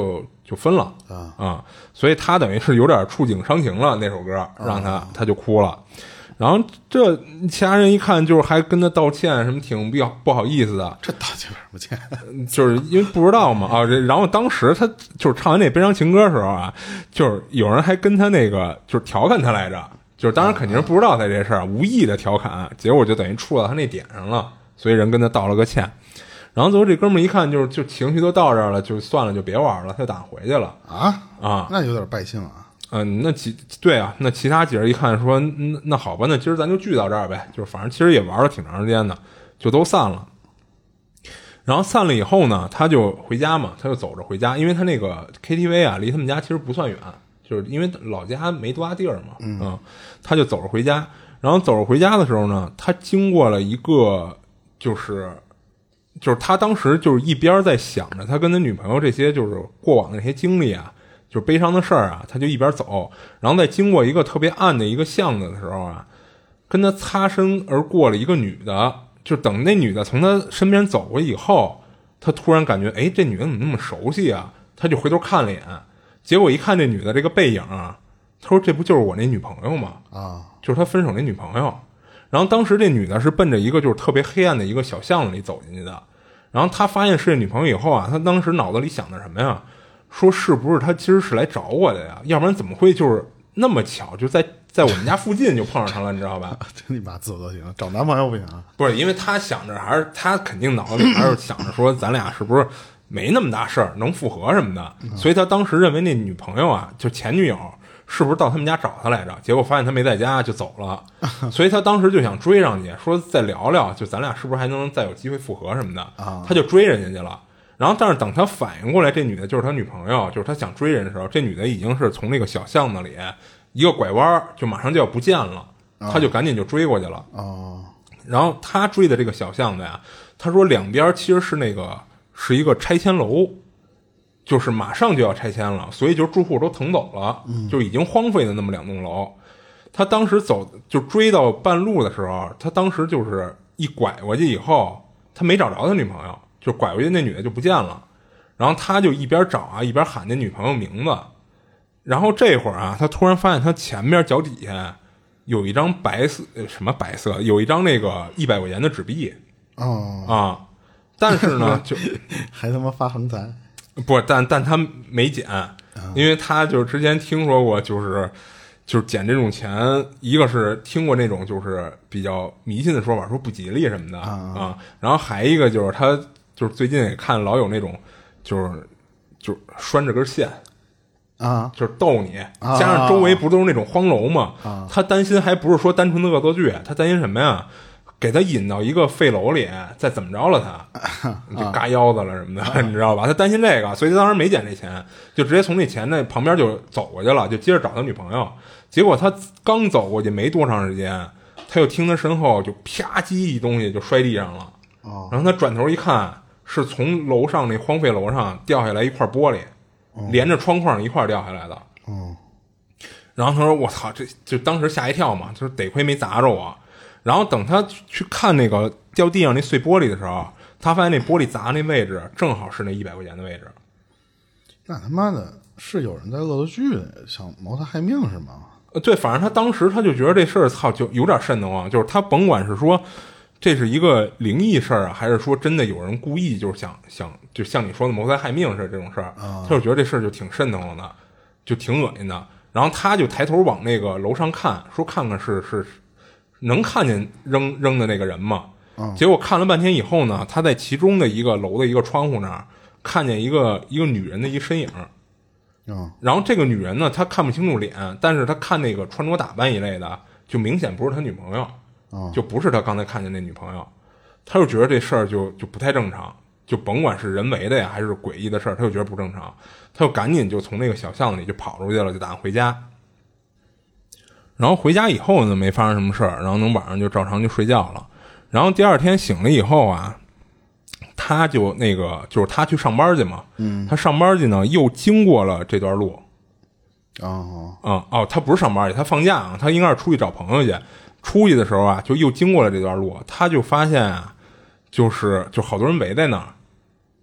就分了啊、嗯、所以他等于是有点触景伤情了，那首歌让他、啊、他就哭了。然后这其他人一看就是还跟他道歉，什么挺不不好意思的。 这道歉什么歉？ 就是因为不知道嘛啊。然后当时他就是唱完那悲伤情歌的时候啊，就是有人还跟他那个就是调侃他来着，就是当然肯定是不知道他这事儿，无意的调侃，结果就等于触到他那点上了，所以人跟他道了个歉。然后最后这哥们儿一看就是就情绪都到这儿了，就算了，就别玩了，他就打回去了啊啊， 那有点败兴啊。 嗯，那其对啊，那其他几人一看说，那那好吧，那今儿咱就聚到这儿呗，就是反正其实也玩了挺长时间的，就都散了。然后散了以后呢，他就回家嘛，他就走着回家，因为他那个 K T V 啊，离他们家其实不算远，就是因为老家没多大地儿嘛，嗯，嗯他就走着回家。然后走着回家的时候呢，他经过了一个，就是就是他当时就是一边在想着他跟他女朋友这些就是过往的那些经历啊。就是悲伤的事儿啊，他就一边走，然后在经过一个特别暗的一个巷子的时候啊，跟他擦身而过了一个女的，就等那女的从他身边走过以后，他突然感觉，哎，这女的怎么那么熟悉啊？他就回头看了一眼，结果一看这女的这个背影啊，他说这不就是我那女朋友吗？啊，就是他分手那女朋友。然后当时这女的是奔着一个就是特别黑暗的一个小巷子里走进去的，然后他发现是这女朋友以后啊，他当时脑子里想的什么呀？说是不是他其实是来找我的呀？要不然怎么会就是那么巧就在在我们家附近就碰上他了，你知道吧？ 真你妈自我都行，找男朋友不行啊？ 不是，因为他想着还是他肯定脑子里还是想着说咱俩是不是没那么大事儿，能复合什么的，所以他当时认为那女朋友啊，就前女友是不是到他们家找他来着？结果发现他没在家就走了，所以他当时就想追上去，说再聊聊，就咱俩是不是还能再有机会复合什么的？他就追人家去了。然后，但是等他反应过来，这女的就是他女朋友，就是他想追人的时候，这女的已经是从那个小巷子里一个拐弯，就马上就要不见了，他就赶紧就追过去了。哦，然后他追的这个小巷子呀，他说两边其实是那个是一个拆迁楼，就是马上就要拆迁了，所以就住户都腾走了，就已经荒废的那么两栋楼。他当时走就追到半路的时候，他当时就是一拐过去以后，他没找着他女朋友。就拐过去那女的就不见了，然后他就一边找啊一边喊那女朋友名字，然后这会儿啊他突然发现他前面脚底下有一张白色什么白色有一张那个一百块钱的纸币哦啊，但是呢就还他妈发横财不但但他没捡，因为他就是之前听说过就是就是捡这种钱，一个是听过那种就是比较迷信的说法，说不吉利什么的啊、嗯，然后还一个就是他就是最近也看老有那种就是就是拴着根线啊， 就是逗你，加上周围不都是那种荒楼嘛，啊、他担心还不是说单纯的恶作剧，他担心什么呀？给他引到一个废楼里，再怎么着了他，就嘎腰子了什么的，啊、你知道吧？他担心这个，所以他当时没捡这钱，就直接从那钱那旁边就走过去了，就接着找他女朋友。结果他刚走过去没多长时间，他又听他身后就啪叽一东西就摔地上了， 哦、 然后他转头一看，是从楼上那荒废楼上掉下来一块玻璃，哦、连着窗框一块掉下来的。 哦、 然后他说：“我操，这就当时吓一跳嘛，就是得亏没砸着我。”然后等他去看那个掉地上那碎玻璃的时候，他发现那玻璃砸那位置正好是那一百块钱的位置。 那他妈的是有人在恶作剧，想谋他害命是吗？ 呃，对，反正他当时他就觉得这事儿操就有点瘆得慌，就是他甭管是说这是一个灵异事儿啊，还是说真的有人故意就是想想就像你说的谋财害命是这种事儿， 啊、 他就觉得这事儿就挺瘆得慌的，就挺恶心的。然后他就抬头往那个楼上看，说看看是是能看见扔扔的那个人吗？ 嗯、 结果看了半天以后呢，他在其中的一个楼的一个窗户那儿看见一个一个女人的一身影。 嗯、 然后这个女人呢，他看不清楚脸，但是他看那个穿着打扮一类的，就明显不是他女朋友， 嗯、 就不是他刚才看见那女朋友。他就觉得这事儿就就不太正常，就甭管是人为的呀还是诡异的事儿，他就觉得不正常，他就赶紧就从那个小巷子里就跑出去了，就打算回家。然后回家以后呢，没发生什么事儿，然后能晚上就照常就睡觉了。然后第二天醒了以后啊，他就那个就是他去上班去嘛， 嗯， 他上班去呢，又经过了这段路。 哦， 嗯哦，他不是上班去，他放假啊，他应该是出去找朋友去。出去的时候啊，就又经过了这段路，他就发现啊，就是就好多人围在那儿，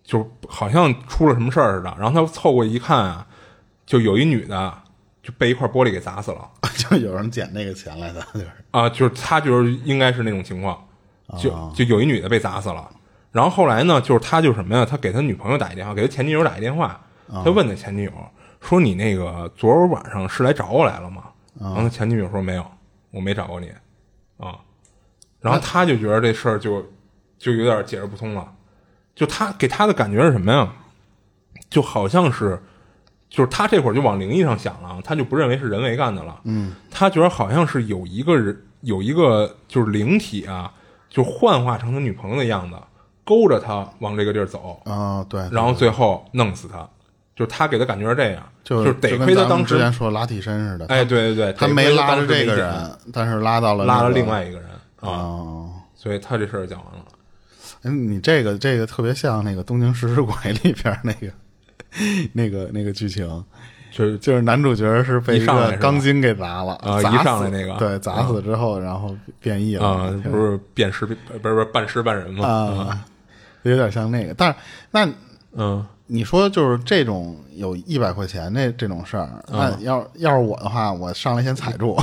就好像出了什么事儿似的。然后他凑过一看啊，就有一女的就被一块玻璃给砸死了， 就有人捡那个钱来的，就是啊，就是他就是应该是那种情况，就就有一女的被砸死了。然后后来呢，就是他就是什么呀？他给他女朋友打一电话，给他前女友打一电话，他问他前女友说：“你那个昨儿晚上是来找我来了吗？”然后他前女友说：“没有，我没找过你。”啊，然后他就觉得这事儿就就有点解释不通了。就他给他的感觉是什么呀？就好像是，就是他这会儿就往灵异上想了，他就不认为是人为干的了。嗯，他觉得好像是有一个人有一个就是灵体啊，就幻化成他女朋友的样子，勾着他往这个地儿走啊、哦，对， 然后最后弄死他。就是他给的感觉是这样， 就就是得亏他当时之前说拉替身似的。 哎，对对对， 他没拉着这个人，但是拉到了、那个、 拉了另外一个人啊、 哦， 所以他这事儿讲完了。 嗯，你这个这个特别像那个《东京食尸鬼》里边那个那个那个剧情， 就是就是男主角是被一个钢筋给砸了啊，一上来那个对砸死之后，然后变异了啊，不是变尸不是不是半尸半人吗？ 啊，有点像那个，但是那嗯。 你说就是这种有一百块钱那这种事儿，那要要是我的话，我上来先踩住。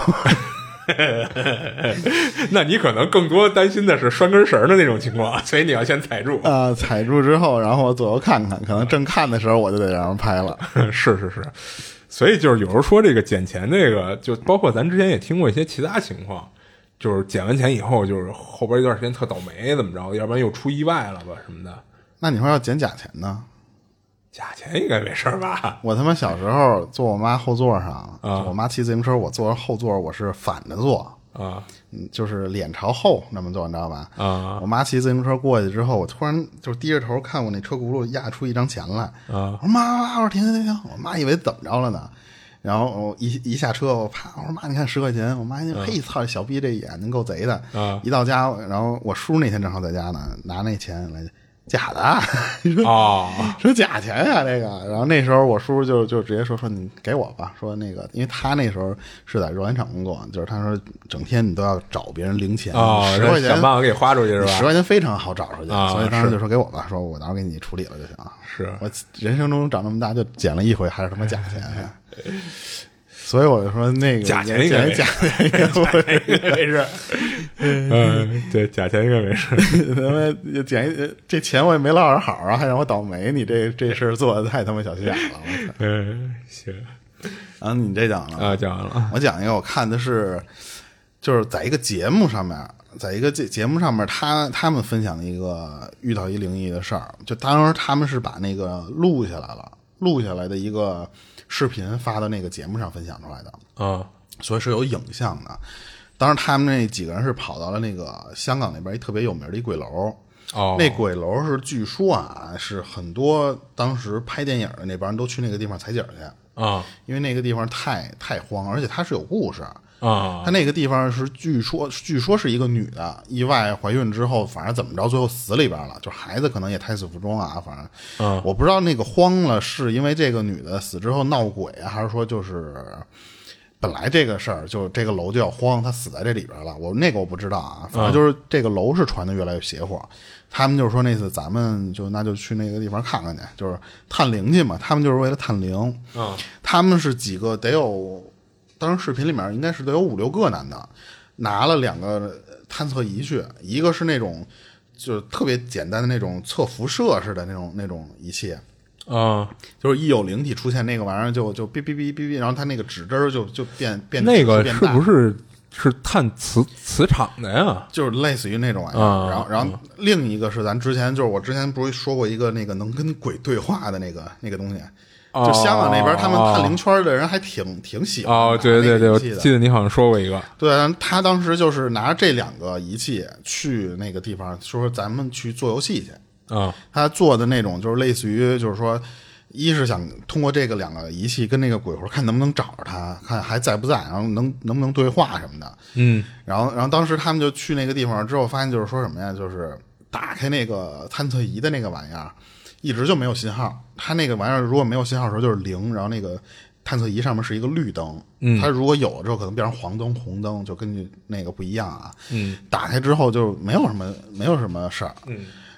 那你可能更多担心的是拴根绳的那种情况，所以你要先踩住啊、呃，踩住之后，然后我左右看看，可能正看的时候我就得让人拍了。 是是是，所以就是有时候说这个捡钱这个，就包括咱之前也听过一些其他情况，就是捡完钱以后，就是后边一段时间特倒霉怎么着，要不然又出意外了吧什么的。 那你说要捡假钱呢？ 假钱应该没事吧？ 我他妈小时候坐我妈后座上， 啊、 我妈骑自行车，我坐后座，我是反着坐啊， 嗯，就是脸朝后那么坐，你知道吧？ 啊， 我妈骑自行车过去之后，我突然就低着头看我那车轱辘压出一张钱来， 啊， 我说妈妈，我说停停停停，我妈以为怎么着了呢？然后我一一下车，我啪，我说妈，你看十块钱，我妈一嘿操，小逼这眼睛够贼的啊！ 一到家，然后我叔那天正好在家呢，拿那钱来。假的哦， 说假钱呀、啊，这个。然后那时候我叔就就直接说说你给我吧，说那个，因为他那时候是在肉联厂工作，就是他说整天你都要找别人零钱， 哦， 十块钱想办法给花出去是吧？ 十块钱非常好找出去， 啊、 所以当时就说给我吧，说我到时候给你处理了就行。 是我人生中长那么大就捡了一回，还是他妈假钱。所以我就说那个假钱应该假钱应该没事，嗯，对，假钱应该没事。 他妈捡一这钱我也没落着好啊，还让我倒霉，你这这事儿做的太他妈小心眼了。我操！ 嗯，行。 啊，你这讲了啊，讲完了。 我讲一个，我看的是就是在一个节目上面，在一个节节目上面，他他们分享一个遇到一灵异的事儿，就当时他们是把那个录下来了，录下来的一个。视频发到那个节目上分享出来的啊， 所以是有影像的。当时他们那几个人是跑到了那个香港那边一特别有名的一鬼楼， 哦， 那鬼楼是据说啊是很多当时拍电影的那帮人都去那个地方采景去啊， 因为那个地方太太荒，而且它是有故事啊。 它那个地方是据说据说是一个女的意外怀孕之后，反正怎么着最后死里边了，就孩子可能也胎死腹中啊，反正嗯， 我不知道那个荒了是因为这个女的死之后闹鬼啊，还是说就是本来这个事儿就这个楼就要荒，她死在这里边了，我那个我不知道啊，反正就是这个楼是传的越来越邪乎。他们就是说那次咱们就那就去那个地方看看去，就是探灵去嘛，他们就是为了探灵。 嗯， 他们是几个得有。当时视频里面应该是得有五六个男的，拿了两个探测仪去，一个是那种就是特别简单的那种测辐射似的那种那种仪器， 啊、嗯， 就是一有灵体出现那个玩意儿就就哔哔哔哔哔，然后它那个指针就就变变那个是不是是探磁磁场的呀？ 就是类似于那种玩意儿。 嗯、 然后然后另一个是咱之前就是我之前不是说过一个那个能跟鬼对话的那个那个东西。就香港那边，他们探灵圈的人还挺挺喜欢哦，对对对，我记得你好像说过一个。 对，他当时就是拿着这两个仪器去那个地方，说咱们去做游戏去。 啊、嗯， 他做的那种就是类似于，就是说，一是想通过这个两个仪器跟那个鬼魂看能不能找着他，看还在不在，然后能能不能对话什么的。 嗯， 然后然后当时他们就去那个地方之后，发现就是说什么呀，就是打开那个探测仪的那个玩意儿。一直就没有信号，它那个玩意儿如果没有信号的时候就是零，然后那个探测仪上面是一个绿灯， 嗯， 它如果有了之后可能变成黄灯、红灯，就根据那个不一样啊。 嗯， 打开之后就没有什么没有什么事儿， 嗯，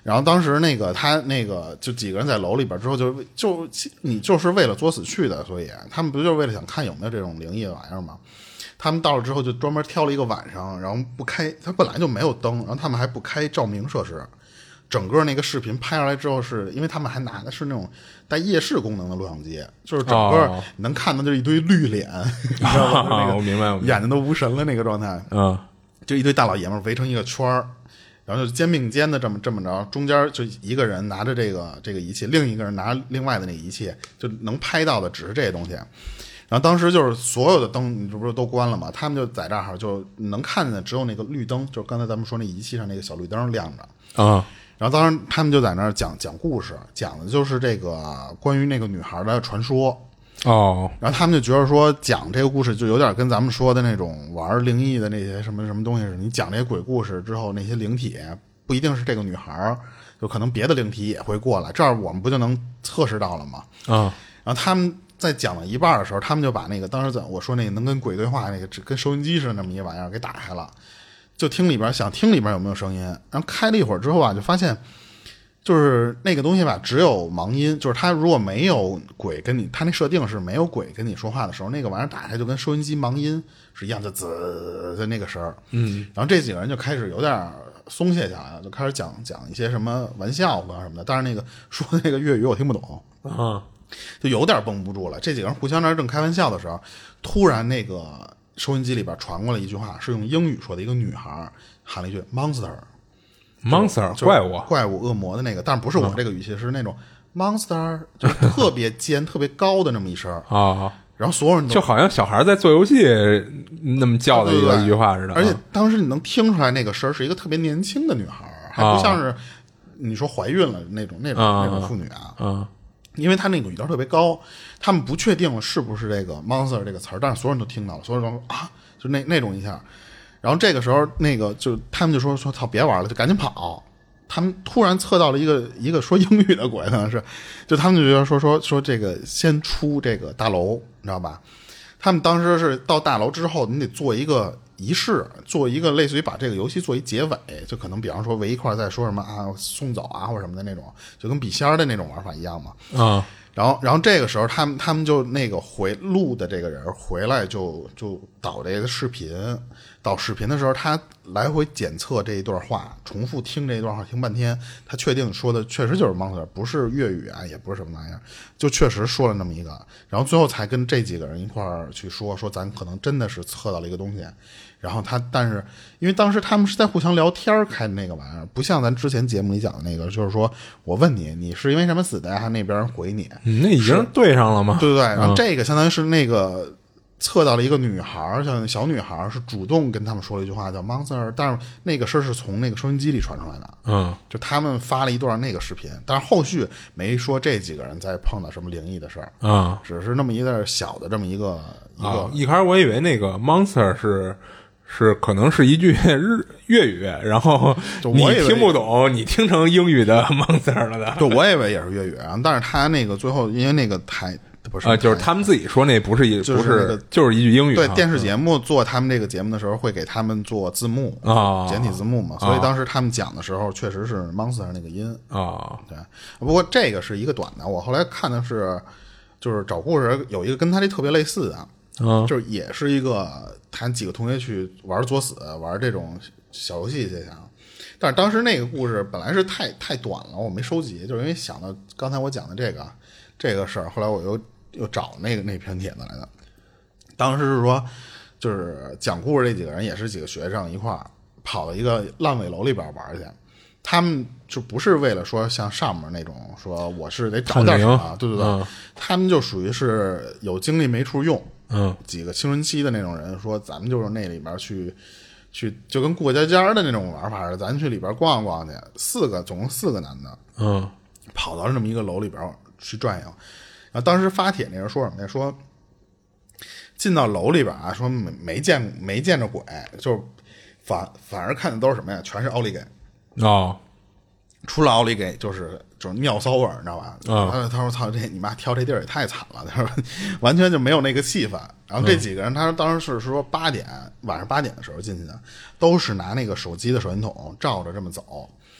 然后当时那个他那个就几个人在楼里边之后就就你就是为了作死去的，所以他们不就是为了想看有没有这种灵异的玩意儿吗？他们到了之后就专门挑了一个晚上，然后不开，他本来就没有灯，然后他们还不开照明设施，整个那个视频拍下来之后是，因为他们还拿的是那种带夜视功能的录像机，就是整个能看到就是一堆绿脸，哦、你知道吗？那个我明白，我明白， 眼睛都无神了那个状态， 嗯， 就一堆大老爷们围成一个圈儿。然后就肩并肩的这么这么着，中间就一个人拿着这个这个仪器，另一个人拿另外的那个仪器，就能拍到的只是这些东西。然后当时就是所有的灯，你这不是都关了吗？他们就在这儿就能看见的只有那个绿灯，就是刚才咱们说那仪器上那个小绿灯亮着啊。 然后当时他们就在那儿讲讲故事，讲的就是这个关于那个女孩的传说。 哦， 然后他们就觉得说讲这个故事就有点跟咱们说的那种玩灵异的那些什么什么东西似的。你讲这些鬼故事之后，那些灵体不一定是这个女孩，就可能别的灵体也会过来，这样我们不就能测试到了吗？ 啊， 然后他们在讲到一半的时候，他们就把那个当时在我说那个能跟鬼对话那个跟收音机似的那么一玩意儿给打开了，就听里边想听里边有没有声音。然后开了一会儿之后啊，就发现。就是那个东西吧，只有盲音，就是它如果没有鬼跟你，它那设定是没有鬼跟你说话的时候，那个玩意儿打开就跟收音机盲音是一样的，滋的那个声儿。 嗯， 然后这几个人就开始有点松懈下来了，就开始讲讲一些什么玩笑话什么的，但是那个说那个粤语我听不懂啊， 就有点绷不住了。这几个人互相那正开玩笑的时候，突然那个收音机里边传过来一句话，是用英语说的，一个女孩喊了一句 monster。monster 怪物怪物恶魔的那个，但是不是我这个语气，嗯、是那种 monster 就是特别尖特别高的那么一声啊， 然后所有人都就好像小孩在做游戏那么叫的一个一句话似的。 而且当时你能听出来那个声是一个特别年轻的女孩，还不像是你说怀孕了那种那种、啊、那种妇女啊。 啊， 因为他那个语调特别高，他们不确定是不是这个 monster 这个词儿，但是所有人都听到了，所有人都说啊，就那那种一下。然后这个时候，那个就他们就说说操，别玩了，就赶紧跑。他们突然测到了一个一个说英语的鬼，可能是，就他们就觉得说说说这个先出这个大楼，你知道吧？他们当时是到大楼之后，你得做一个仪式，做一个类似于把这个游戏做一结尾，就可能比方说围一块再说什么啊送走啊或者什么的那种，就跟笔仙儿的那种玩法一样嘛。 啊。 然后，然后这个时候，他们他们就那个回录的这个人回来就就导这个视频，导视频的时候，他来回检测这一段话，重复听这一段话，听半天，他确定说的确实就是 monster， 不是粤语啊，也不是什么玩意儿，就确实说了那么一个，然后最后才跟这几个人一块儿去说，说咱可能真的是测到了一个东西。然后他，但是因为当时他们是在互相聊天开的那个玩意儿，不像咱之前节目里讲的那个，就是说我问你，你是因为什么死的呀？他那边回你， 嗯、那已经对上了吗？ 对对对。然后这个相当于是那个测到了一个女孩，像小女孩是主动跟他们说了一句话叫 monster， 但是那个声是从那个收音机里传出来的。 嗯， 就他们发了一段那个视频，但是后续没说这几个人再碰到什么灵异的事儿。 嗯， 只是那么一点小的这么一个一个、 啊。一开始我以为那个 monster 是。是可能是一句日粤语，然后你听不懂，你听成英语的 monster 了的。 对，我以为也是粤语，但是他那个最后因为那个台不是啊、呃，就是他们自己说那不是一、 就是、 不是、那个、就是一句英语。 对，电视节目做他们这个节目的时候会给他们做字幕啊、哦， 简体字幕嘛，所以当时他们讲的时候确实是 monster 那个音啊、哦。 对，不过这个是一个短的，我后来看的是就是找故事有一个跟他这特别类似的。 嗯， 就是也是一个他几个同学去玩作死玩这种小游戏去想，但是当时那个故事本来是太太短了，我没收集，就是因为想到刚才我讲的这个这个事儿，后来我又又找那个那篇帖子来的。当时是说就是讲故事这几个人也是几个学生一块儿跑到一个烂尾楼里边玩去，他们就不是为了说像上面那种说我是得找点什么，对对对、嗯，他们就属于是有精力没处用。 嗯， 几个青春期的那种人说，咱们就是那里边去，去就跟过家家的那种玩法似的，咱去里边逛逛去。四个，总共四个男的， 嗯， 跑到这么一个楼里边去转悠。然后当时发帖那人说什么呀？说进到楼里边啊，说没没见没见着鬼，就是反反而看的都是什么呀？全是奥利给哦。 除了奥利给就是就是尿骚味儿，你知道吧？ 嗯、 他他说操，这你妈挑这地儿也太惨了，他说完全就没有那个气氛。然后这几个人，他说当时是说八点晚上八点的时候进去的，都是拿那个手机的手电筒照着这么走。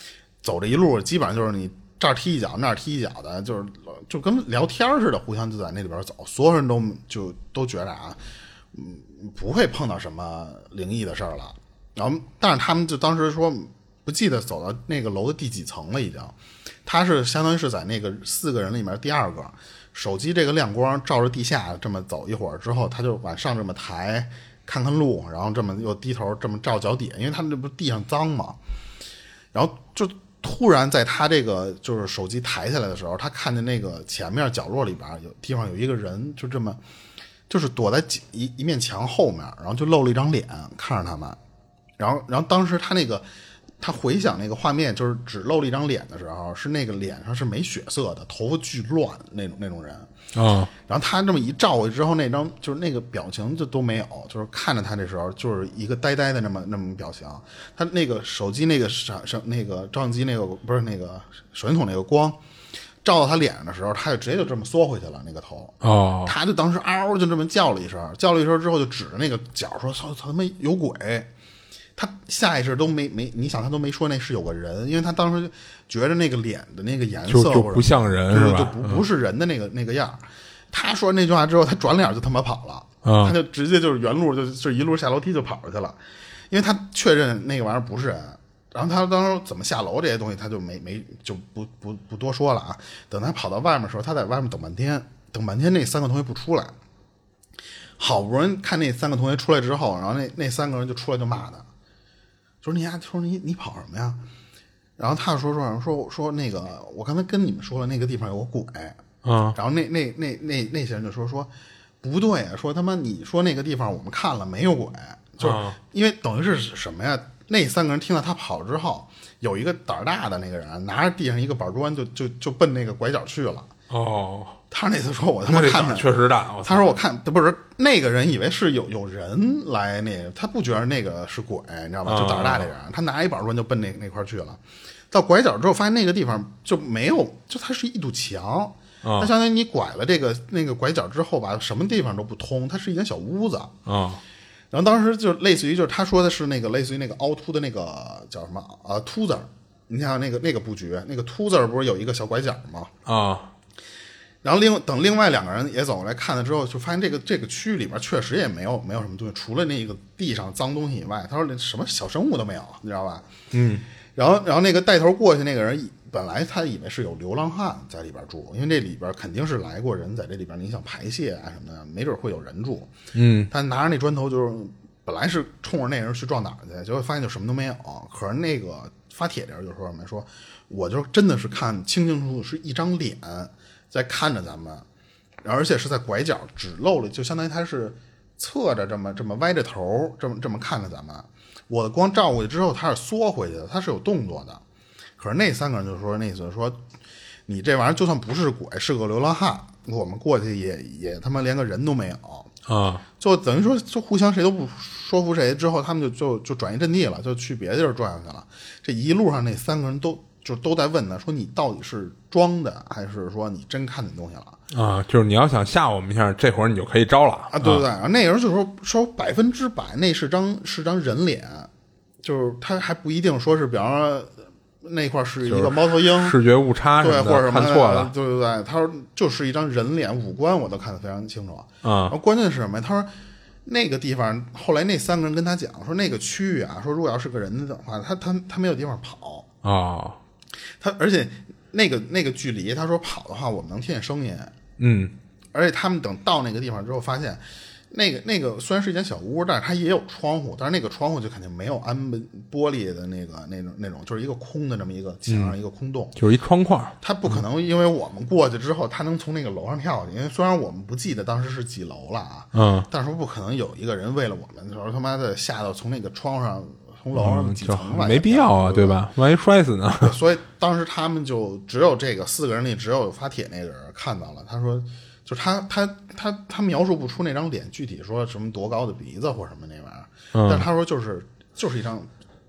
走这一路基本上就是你这儿踢一脚那儿踢一脚的，就是就跟聊天似的，互相就在那里边走，所有人都就都觉得啊，嗯，不会碰到什么灵异的事儿了。然后，但是他们就当时说不记得走到那个楼的第几层了，已经。他是相当于是在那个四个人里面第二个，手机这个亮光照着地下这么走一会儿之后，他就往上这么抬看看路，然后这么又低头这么照脚底，因为他们这不地上脏嘛。然后就突然在他这个就是手机抬下来的时候，他看见那个前面角落里边有地方有一个人，就这么就是躲在一一面墙后面，然后就露了一张脸看着他们。然后然后当时他那个他回想那个画面，就是只露了一张脸的时候，是那个脸上是没血色的，头发巨乱那种那种人啊、哦。 然后他这么一照过去之后，那张就是那个表情就都没有，就是看着他这时候就是一个呆呆的那么那么表情。他那个手机那个闪闪那个照相机那个不是那个手电筒那个光照到他脸上的时候，他就直接就这么缩回去了那个头。 哦。 他就当时嗷就这么叫了一声，叫了一声之后就指着那个脚说：“操操他妈有鬼！”他下意识都没没，你想他都没说那是有个人，因为他当时觉得那个脸的那个颜色就就不像人是吧？ 就不不是人的那个、嗯、那个样。他说那句话之后，他转脸就他妈跑了， 嗯、 他就直接就是原路就就一路下楼梯就跑出去了，因为他确认那个玩意儿不是人。然后他当时怎么下楼这些东西他就没没就不不不多说了啊。等他跑到外面的时候，他在外面等半天，等半天那三个同学不出来，好不容易看那三个同学出来之后，然后那那三个人就出来就骂他。说你呀，说你你跑什么呀？然后他就说说说说那个，我刚才跟你们说了，那个地方有个鬼。 嗯。 然后那那那那那些人就说说不对啊，说他妈你说那个地方我们看了没有鬼，就是因为等于是什么呀？那三个人听到他跑之后，有一个胆大的那个人拿着地上一个板砖就就就奔那个拐角去了。 哦。 他那次说我他妈看的确实大， 他说我看不是那个人以为是有有人来那个，他不觉得那个是鬼，你知道吧？就胆大的人，他拿一板砖就奔那那块去了。到拐角之后，发现那个地方就没有，就它是一堵墙，它相当于你拐了这个那个拐角之后吧，什么地方都不通，它是一间小屋子啊。 然后当时就类似于就是他说的是那个类似于那个凹凸的那个叫什么啊凸字，你看那个那个布局，那个凸字不是有一个小拐角吗？ 啊。 然后另等另外两个人也走过来看了之后，就发现这个这个区域里边确实也没有没有什么东西，除了那个地上脏东西以外，他说什么小生物都没有，你知道吧？ 嗯。 然后然后那个带头过去那个人，本来他以为是有流浪汉在里边住，因为这里边肯定是来过人在这里边，你想排泄啊什么的，没准会有人住。 嗯。 他拿着那砖头就是本来是冲着那人去撞哪去，结果发现就什么都没有。可是那个发帖的人就说什么说，我就真的是看清清楚楚是一张脸。在看着咱们，而且是在拐角只露了，就相当于他是侧着这么这么歪着头，这么这么看着咱们。我光照过去之后，他是缩回去的，他是有动作的。可是那三个人就说，那意思说，你这玩意儿就算不是鬼，是个流浪汉，我们过去也也他妈连个人都没有啊！ 就等于说，就互相谁都不说服谁，之后他们就就就转移阵地了，就去别的地儿转去了。这一路上那三个人都。就都在问呢，说你到底是装的，还是说你真看见东西了啊？就是你要想吓我们一下，这会儿你就可以招了啊！对对对，啊、那人就说说百分之百那是张是张人脸，就是他还不一定说是，比方说那块是一个猫头鹰， 就是、视觉误差对，或者什么看错了， 对对对，他说就是一张人脸，五官我都看得非常清楚啊。 然后关键是什么？他说。那个地方，后来那三个人跟他讲说，那个区域啊，说如果要是个人的话，他他他没有地方跑啊、哦， 他而且那个那个距离，他说跑的话，我们能听见声音， 嗯， 而且他们等到那个地方之后，发现那个那个虽然是一间小屋，但是它也有窗户，但是那个窗户就肯定没有安玻璃的那个那种那种，就是一个空的这么一个墙上、嗯、一个空洞， 就是一窗框。 它不可能因为我们过去之后，他能从那个楼上跳下去，因为虽然我们不记得当时是几楼了啊， 嗯， 但是不可能有一个人为了我们，就是他妈的下到从那个窗上。从楼上几层嗯、没必要啊，对吧？万一摔死呢？ 所以当时他们就只有这个四个人里，只有发帖那个人看到了。他说，就他他他他描述不出那张脸具体说什么多高的鼻子或什么那玩意儿， 嗯、 但是他说就是就是一张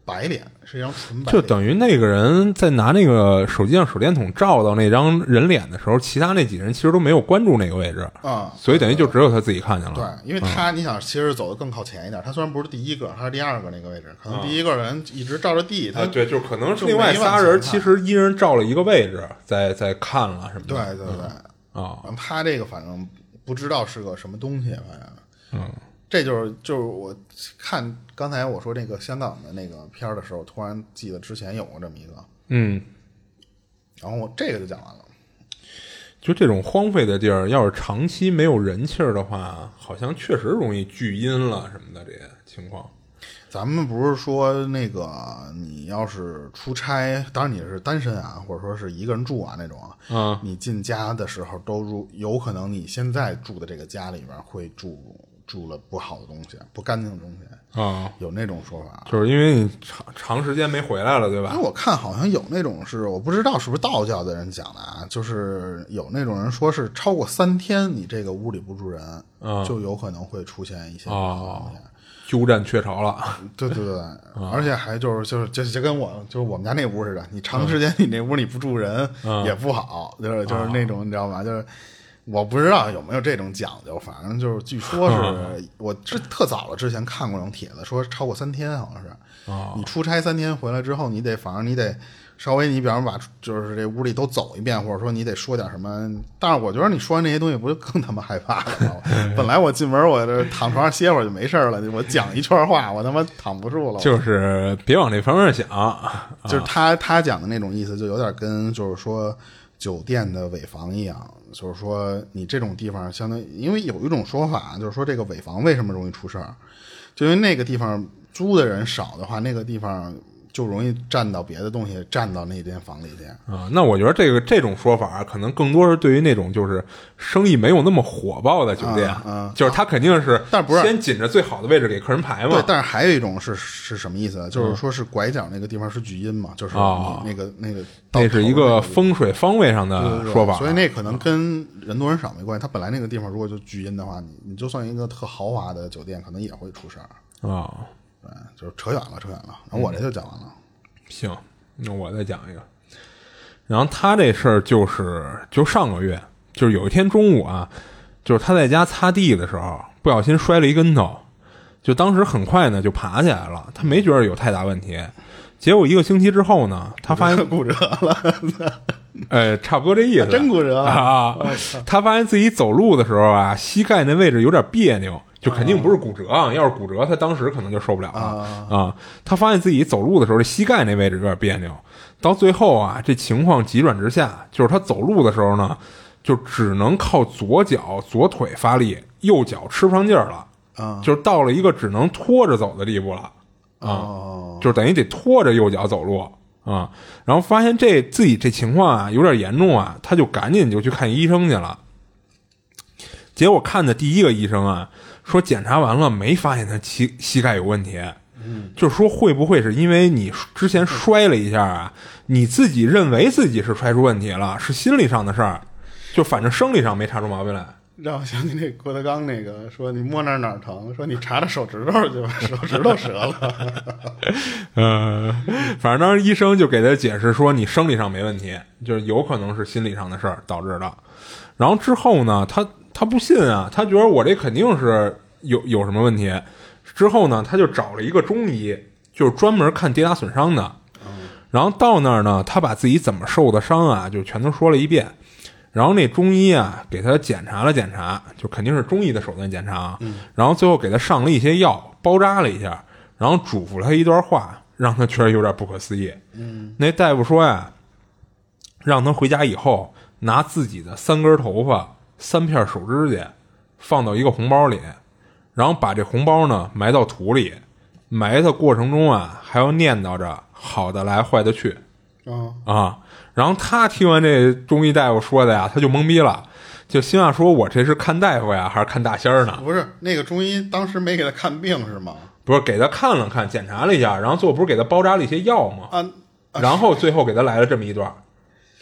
白脸，是一张纯白脸， 就等于那个人在拿那个手机上手电筒照到那张人脸的时候，其他那几个人其实都没有关注那个位置啊、嗯， 所以等于就只有他自己看见了。 对，因为他、嗯、你想，其实走的更靠前一点，他虽然不是第一个，他是第二个那个位置，可能第一个人一直照着地，他、 啊、对，就可能是另外仨人其实一人照了一个位置，在在看了什么的。 对对对， 啊、 嗯，他这个反正不知道是个什么东西，反正嗯。 这就是就是我看刚才我说那个香港的那个片儿的时候，突然记得之前有过这么一个， 嗯， 然后我这个就讲完了。 就这种荒废的地儿，要是长期没有人气儿的话，好像确实容易聚阴了什么的这些情况。 咱们不是说那个你要是出差，当然你是单身啊，或者说是一个人住啊那种啊， 嗯， 你进家的时候都入，有可能你现在住的这个家里边会住。住了不好的东西，不干净的东西啊、嗯， 有那种说法， 就是因为你长长时间没回来了，对吧？ 因为我看好像有那种是，我不知道是不是道教的人讲的啊，就是有那种人说是超过三天，你这个屋里不住人， 嗯， 就有可能会出现一些哦，鸠占鹊巢了。 对对对，嗯、而且还就是就是就就跟我就是我们家那屋似的，你长时间你那屋里不住人也不好，嗯、就是就是那种、哦、你知道吗？就是。我不知道有没有这种讲究，反正就是据说是、嗯、我之特早了之前看过那种帖子，说超过三天好像是， 哦、 你出差三天回来之后，你得反正你得稍微你比方把就是这屋里都走一遍，或者说你得说点什么。但是我觉得你说完这些东西，不就更他妈害怕了吗？本来我进门我这躺床上歇会儿就没事了，我讲一圈话，我他妈躺不住了。 就是别往那方面想， 就是他他讲的那种意思，就有点跟就是说酒店的尾房一样。就是说你这种地方相当于，因为有一种说法就是说这个尾房为什么容易出事儿，就因为那个地方租的人少的话，那个地方就容易占到别的东西，占到那间房里去啊。那我觉得这个这种说法可能更多是对于那种就是生意没有那么火爆的酒店， 啊啊、 就是他肯定是， 但不是先紧着最好的位置给客人排嘛。 对，但是还有一种是是什么意思？就是说是拐角那个地方是聚阴嘛，就是你那个、哦、那个那是一个风水方位上的说法， 对对对，所以那可能跟人多人少没关系。它本来那个地方如果就聚阴的话，你你就算一个特豪华的酒店，可能也会出事儿啊。 哦对，就是扯远了，扯远了。然后我这就讲完了。 嗯、行，那我再讲一个。然后他这事儿就是就上个月，就是有一天中午啊，就是他在家擦地的时候，不小心摔了一跟头，就当时很快呢就爬起来了，他没觉得有太大问题。结果一个星期之后呢，他发现骨折了， 呃，差不多这意思， 真骨折了啊！他发现自己走路的时候啊，膝盖那位置有点别扭。就肯定不是骨折啊！要是骨折，他当时可能就受不了了啊、啊！他发现自己走路的时候，这膝盖那位置有点别扭。到最后啊，这情况急转直下，就是他走路的时候呢，就只能靠左脚、左腿发力，右脚吃不上劲儿了啊！就是到了一个只能拖着走的地步了啊！就是等于得拖着右脚走路啊！然后发现这自己这情况啊有点严重啊，他就赶紧就去看医生去了。结果看的第一个医生啊。说检查完了没发现他膝膝盖有问题，嗯，就是说会不会是因为你之前摔了一下啊，你自己认为自己是摔出问题了，是心理上的事儿，就反正生理上没查出毛病来。 让我想起那郭德纲那个说你摸哪哪儿疼，说你查查手指头就把手指头折了。 呃，反正当时医生就给他解释说你生理上没问题，就是有可能是心理上的事儿导致的。然后之后呢，他。他不信啊，他觉得我这肯定是有有什么问题。之后呢，他就找了一个中医，就是专门看跌打损伤的。然后到那儿呢，他把自己怎么受的伤啊，就全都说了一遍。然后那中医啊，给他检查了检查，就肯定是中医的手段检查啊。然后最后给他上了一些药，包扎了一下，然后嘱咐了他一段话，让他觉得有点不可思议。那大夫说呀，让他回家以后拿自己的三根头发。三片手指甲放到一个红包里，然后把这红包呢埋到土里，埋的过程中啊还要念叨着好的来坏的去、 哦、 啊。然后他听完这中医大夫说的呀，他就懵逼了，就心想说我这是看大夫呀还是看大仙儿呢？ 不是，那个中医当时没给他看病是吗？ 不是，给他看了看检查了一下，然后最后不是给他包扎了一些药吗？ 啊， 然后最后给他来了这么一段。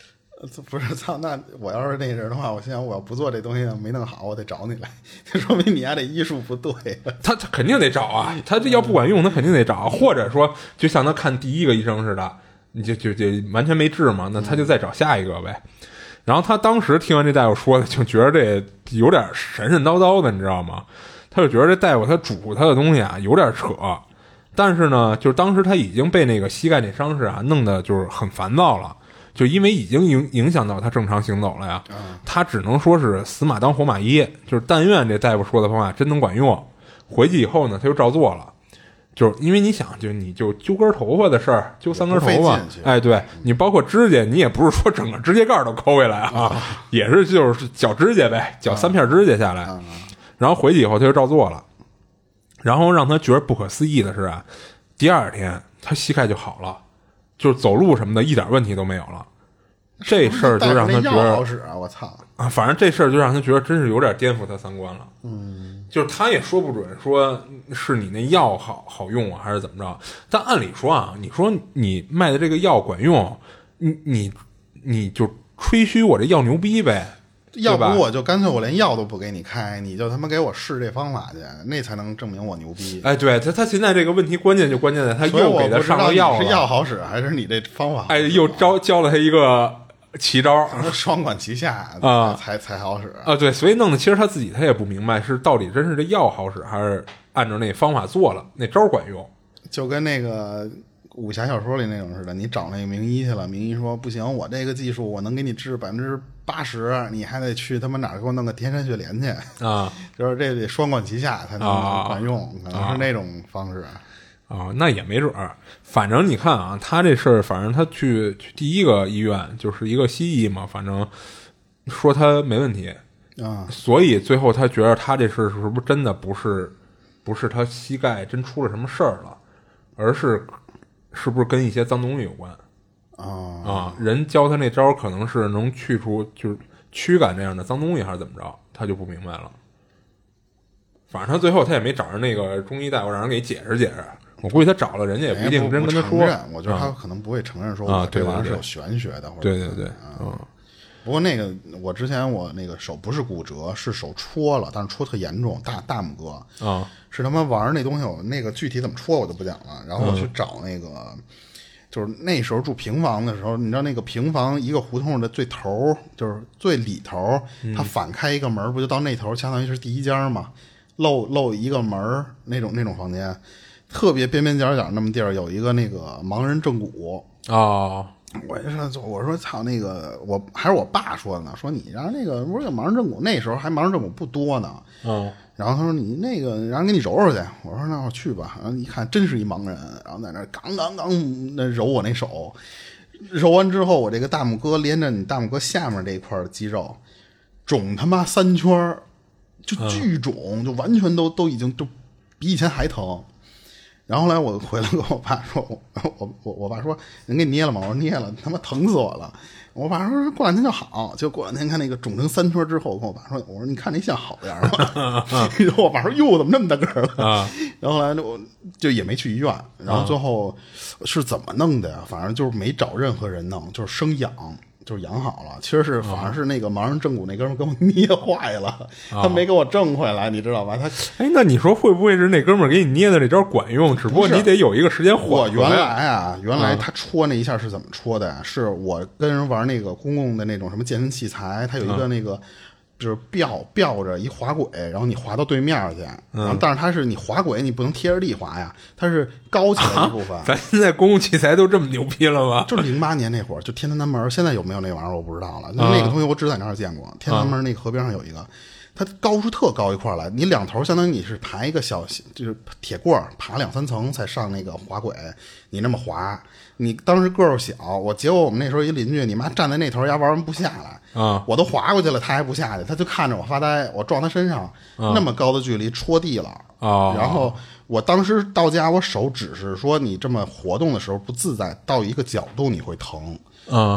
不是操，那我要是那人的话，我心想我要不做这东西没弄好，我得找你来，这说明你家这医术不对。 他他肯定得找啊，他这要不管用，他肯定得找，或者说就像他看第一个医生似的，你就就就完全没治嘛，那他就再找下一个呗。然后他当时听完这大夫说的，就觉得这有点神神叨叨的，你知道吗？他就觉得这大夫他嘱咐他的东西啊有点扯，但是呢，就是当时他已经被那个膝盖那伤势啊弄得就是很烦躁了。就因为已经影影响到他正常行走了呀，他只能说是死马当活马医，就是但愿这大夫说的方法真能管用。回去以后呢，他就照做了，就是因为你想，就你就揪根头发的事儿，揪三根头发，哎，对你包括指甲，你也不是说整个指甲盖都抠下来啊，也是就是绞指甲呗，绞三片指甲下来，然后回去以后他就照做了，然后让他觉得不可思议的是啊，第二天他膝盖就好了。就是走路什么的，一点问题都没有了。这事儿就让他觉得好使啊！我操啊！反正这事儿就让他觉得真是有点颠覆他三观了。嗯，就是他也说不准说是你那药好好用啊，还是怎么着。但按理说啊，你说你卖的这个药管用，你你你就吹嘘我这药牛逼呗。 要不我就干脆我连药都不给你开，你就他妈给我试这方法去，那才能证明我牛逼。 哎，对他，他现在这个问题关键就关键在他又给他上了药了， 是药好使还是你这方法？ 哎，又招教了他一个奇招， 双管齐下啊， 才才好使啊。对，所以弄得其实他自己他也不明白是到底真是这药好使，还是按照那方法做了那招管用， 就跟那个。武侠小说里那种似的，你找那个名医去了，名医说不行，我这个技术我能给你治百分之八十，你还得去他妈哪儿给我弄个天山雪莲去啊！ 就是这得双管齐下才能管用，啊、可能是那种方式啊、哦。那也没准儿，反正你看啊，他这事儿，反正他去去第一个医院就是一个西医嘛，反正说他没问题啊， 所以最后他觉得他这事儿是不是真的不是不是他膝盖真出了什么事儿了，而是。是不是跟一些脏东西有关啊？ 啊，人教他那招可能是能去除就是驱赶这样的脏东西，还是怎么着？他就不明白了。反正他最后他也没找着那个中医大夫让人给解释解释。我估计他找了人家也不一定真跟他说。 我觉得他可能不会承认说我这玩意儿是有玄学的。 对对对，嗯。 不过那个我之前我那个手不是骨折，是手戳了，但是戳特严重，大大拇哥啊， 是他妈玩那东西，我那个具体怎么戳我就不讲了。然后我去找那个，嗯、就是那时候住平房的时候，你知道那个平房一个胡同的最头，就是最里头，它反开一个门，不就到那头，相当于是第一家嘛，漏漏一个门那种那种房间，特别边边角角那么地儿有一个那个盲人正骨哦。 我就说，我说操，那个我还是我爸说的呢，说你让那个不是有盲人正骨，那时候还盲人正骨不多呢。 嗯， 然后他说你那个让人给你揉揉去，我说那我去吧。然后一看真是一盲人，然后在那刚刚刚那揉我那手，揉完之后我这个大拇哥连着你大拇哥下面这一块肌肉肿他妈三圈，就巨肿，嗯、就完全都都已经都比以前还疼。然后后来我回来跟我爸说，我我我我爸说人给你捏了吗？我说捏了，他妈疼死我了。我爸说过两天就好，就过两天看那个肿成三圈之后，跟我爸说，我说你看那像好样吗？我爸说哟，怎么那么大个儿了？ 啊、 然后后来我就也没去医院，然后最后是怎么弄的呀？反正就是没找任何人弄，就是生养。就是养好了，其实是反而是那个盲人正骨那哥们儿给我捏坏了， 哦、 他没给我正回来，你知道吧？他哎，那你说会不会是那哥们儿给你捏的这招管用？只不过你得有一个时间缓。 我原来啊，原来他戳那一下是怎么戳的呀？嗯、是我跟人玩那个公共的那种什么健身器材，他有一个那个。嗯就是吊吊着一滑轨，然后你滑到对面去，然后但是它是你滑轨，你不能贴着地滑呀，它是高起来一部分。 啊、咱现在公共器材都这么牛逼了吗？ 就是零八年那会儿，就天坛南门，现在有没有那玩意儿我不知道了。那个东西我只在那儿见过，天坛南门那个河边上有一个，它高是特高一块来，你两头相当于你是爬一个小，就是铁棍儿爬两三层才上那个滑轨，你那么滑。你当时个儿小，我结果我们那时候一邻居，你妈站在那头，丫玩完不下来， 啊， 我都滑过去了，他还不下去，他就看着我发呆，我撞他身上， 啊、 那么高的距离戳地了， 啊， 然后我当时到家，我手只是说你这么活动的时候不自在，到一个角度你会疼， 啊，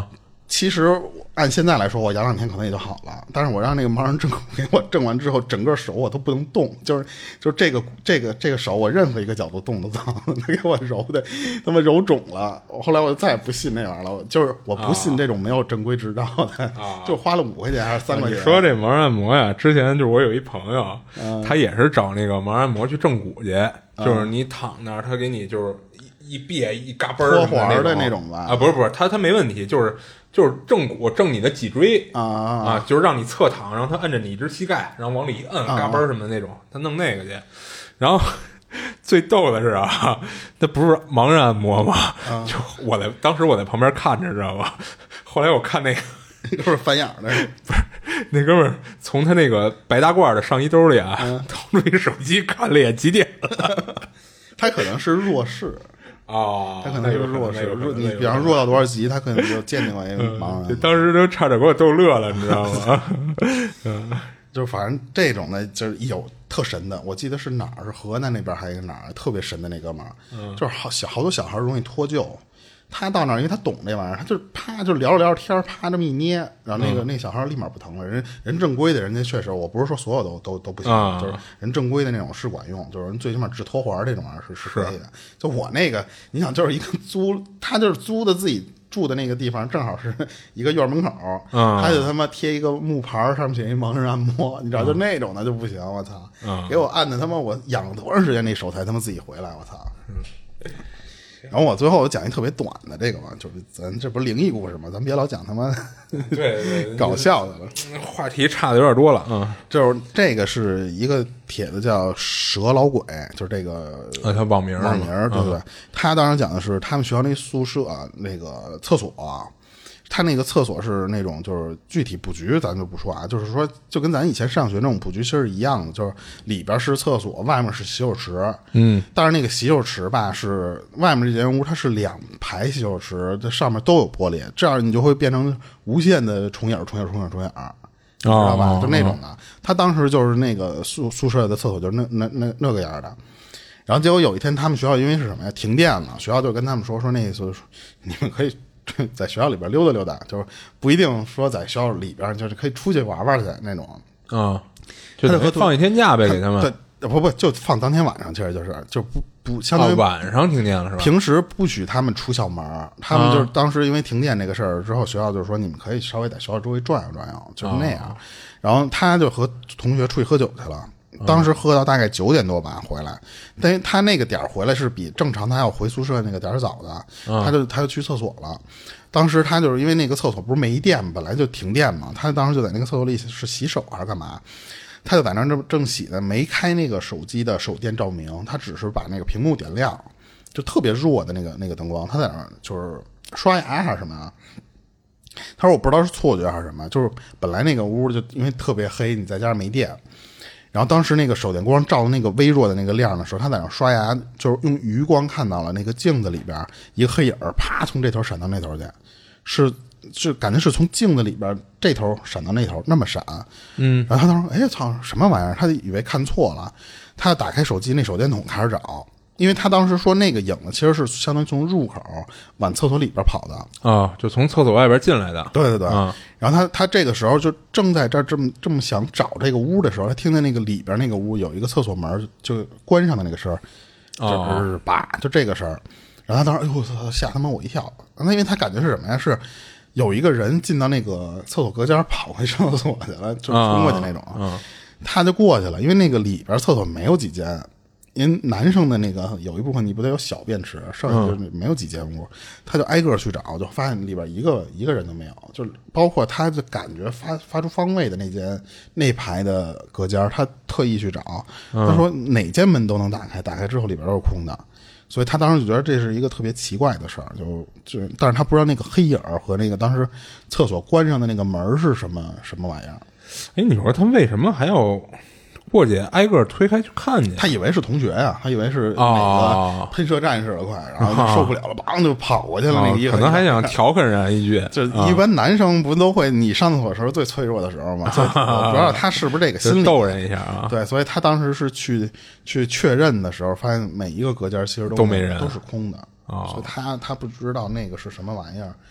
其实按现在来说，我养两天可能也就好了。但是我让那个盲人正骨给我正完之后，整个手我都不能动，就是就是这个这个这个手，我任何一个角度动都疼，他给我揉的，他妈揉肿了。后来我就再也不信那玩意儿了，就是我不信这种没有正规执照的，啊、就花了五块钱还是三块钱。 你说这盲人按摩呀？之前就是我有一朋友，嗯、他也是找那个盲人按摩去正骨去，嗯、就是你躺那儿，他给你就是一别一嘎嘣儿脱环的那种吧？ 啊，不是不是，他他没问题，就是。就是正骨正你的脊椎啊啊，就是让你侧躺，然后他摁着你一只膝盖，然后往里一摁，嘎嘣什么的那种，他弄那个去。然后最逗的是啊，那不是盲人按摩吗？ 啊、 就我在当时我在旁边看着，知道吧？后来我看那个都是翻眼的， 不是那哥们儿从他那个白大褂的上衣兜里啊，嗯、掏出一个手机看了眼几点了。 他可能是弱视。 哦， 他可能是弱势，弱你比方弱到多少级，他可能就鉴定为盲人。 嗯、当时都差点给我逗乐了，你知道吗？ 嗯，就是反正这种的，就是有特神的。我记得是哪儿，是河南那边还有一个哪儿特别神的那哥们儿，嗯、就是好小好多小孩容易脱臼。他到那儿，因为他懂这玩意儿，他就啪就聊着聊着天，啪这么一捏，然后那个、嗯、那小孩立马不疼了。人人正规的，人家确实，我不是说所有都都都不行， 啊、 就是人正规的那种是管用，就是人最起码治脱环这种玩意儿是是可以的。就我那个，你想就是一个租，他就是租的自己住的那个地方，正好是一个院门口， 嗯、 他就他妈贴一个木牌，上面写一盲人按摩，你知道，就那种的就不行，我操！ 嗯、 给我按的他妈我养了多长时间，那手才他妈自己回来，我操！嗯然后我最后我讲一特别短的这个嘛，就是咱这不是灵异故事嘛，咱别老讲他妈对对搞笑的了， 话题差的有点多了。嗯， 就是这个是一个帖子叫蛇老鬼，就是这个啊，他网名网名对不对？嗯、他当时讲的是他们学校那宿舍、啊、那个厕所、啊。他那个厕所是那种就是具体布局咱就不说啊，就是说就跟咱以前上学那种布局其实一样的，就是里边是厕所，外面是洗手池。 嗯， 但是那个洗手池吧是外面这间屋它是两排洗手池，这上面都有玻璃，这样你就会变成无限的重影重影重影重影，知道吧？ 哦、 就那种的。他当时就是那个宿宿舍的厕所就是那那那那个样的。然后结果有一天他们学校因为是什么呀？停电了，学校就跟他们说说那次你们可以在学校里边溜达溜达，就是不一定说在学校里边，就是可以出去玩玩去那种。 啊、嗯，就得放一天假呗，给他们。 对，不不，就放当天晚上，其实就是就不不相当于、 哦、晚上停电了是吧？ 平时不许他们出校门，他们就是当时因为停电这个事儿之后，学校就是说你们可以稍微在学校周围转悠转悠，就是那样。哦、然后他就和同学出去喝酒去了。当时喝到大概九点多吧回来，但是他那个点回来是比正常他要回宿舍那个点早的，他就他就去厕所了。当时他就是因为那个厕所不是没电，本来就停电嘛，他当时就在那个厕所里是洗手还是干嘛，他就在那儿正正洗的，没开那个手机的手电照明，他只是把那个屏幕点亮，就特别弱的那个那个灯光，他在那儿就是刷牙还是什么啊。他说我不知道是错觉还是什么，就是本来那个屋就因为特别黑，你再加上没电。然后当时那个手电光照那个微弱的那个亮的时候，他在那刷牙，就是用余光看到了那个镜子里边一个黑影啪从这头闪到那头去，是是感觉是从镜子里边这头闪到那头那么闪。 嗯， 然后他当时哎操什么玩意儿，他以为看错了，他打开手机那手电筒开始找，因为他当时说那个影子其实是相当于从入口往厕所里边跑的啊、哦，就从厕所外边进来的。 对对对， 嗯、 然后他他这个时候就正在这儿这么这么想找这个屋的时候，他听见那个里边那个屋有一个厕所门就关上的那个声儿，就是叭就这个声儿，然后他当时哎呦吓他妈我一跳，那因为他感觉是什么呀？是有一个人进到那个厕所隔间跑回上厕所去了，就冲过去那种， 嗯嗯、 他就过去了，因为那个里边厕所没有几间。因为男生的那个有一部分你不得有小便池，剩下就是没有几间屋，嗯、他就挨个去找，就发现里边一个一个人都没有，就包括他就感觉发发出方位的那间那排的隔间，他特意去找，他说哪间门都能打开，打开之后里边都是空的，所以他当时就觉得这是一个特别奇怪的事儿，就就但是他不知道那个黑影和那个当时厕所关上的那个门是什么什么玩意儿。 哎，你说他为什么还要过去挨个推开去看去？ 他以为是同学呀、啊，他以为是哪个喷射战士了，快，然后就受不了了，梆、哦、就跑过去了。那个一可能还想调侃人一句， 就一般男生不都会，你上厕所的时候最脆弱的时候嘛。我不知道他是不是这个心理， 逗人一下啊。 对，所以他当时是去去确认的时候，发现每一个隔间其实都都没人， 都是空的啊、哦。 所以他他不知道那个是什么玩意儿。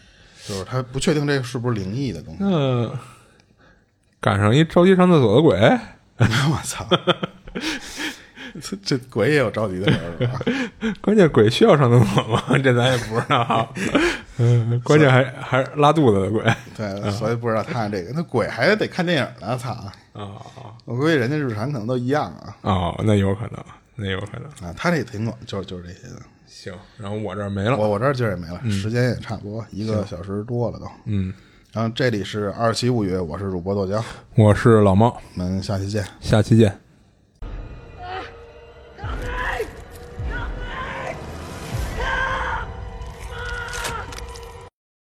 就是他不确定这是不是灵异的东西。 嗯，赶上一着急上厕所的鬼， 我操！这这鬼也有着急的时候是吧？ 关键鬼需要上厕所吗？这咱也不知道。嗯，关键还还是拉肚子的鬼。 对，所以不知道他这个，那鬼还得看电影呢，操！ 啊， 我估计人家日常可能都一样啊。 哦，那有可能，那有可能啊，他这挺短，就是就是这些的。 行，然后我这儿没了， 我我这儿今儿也没了，时间也差不多一个小时多了都。 嗯， 然后这里是二七物语，我是主播豆浆， 我是老猫， 我们下期见。 下期见。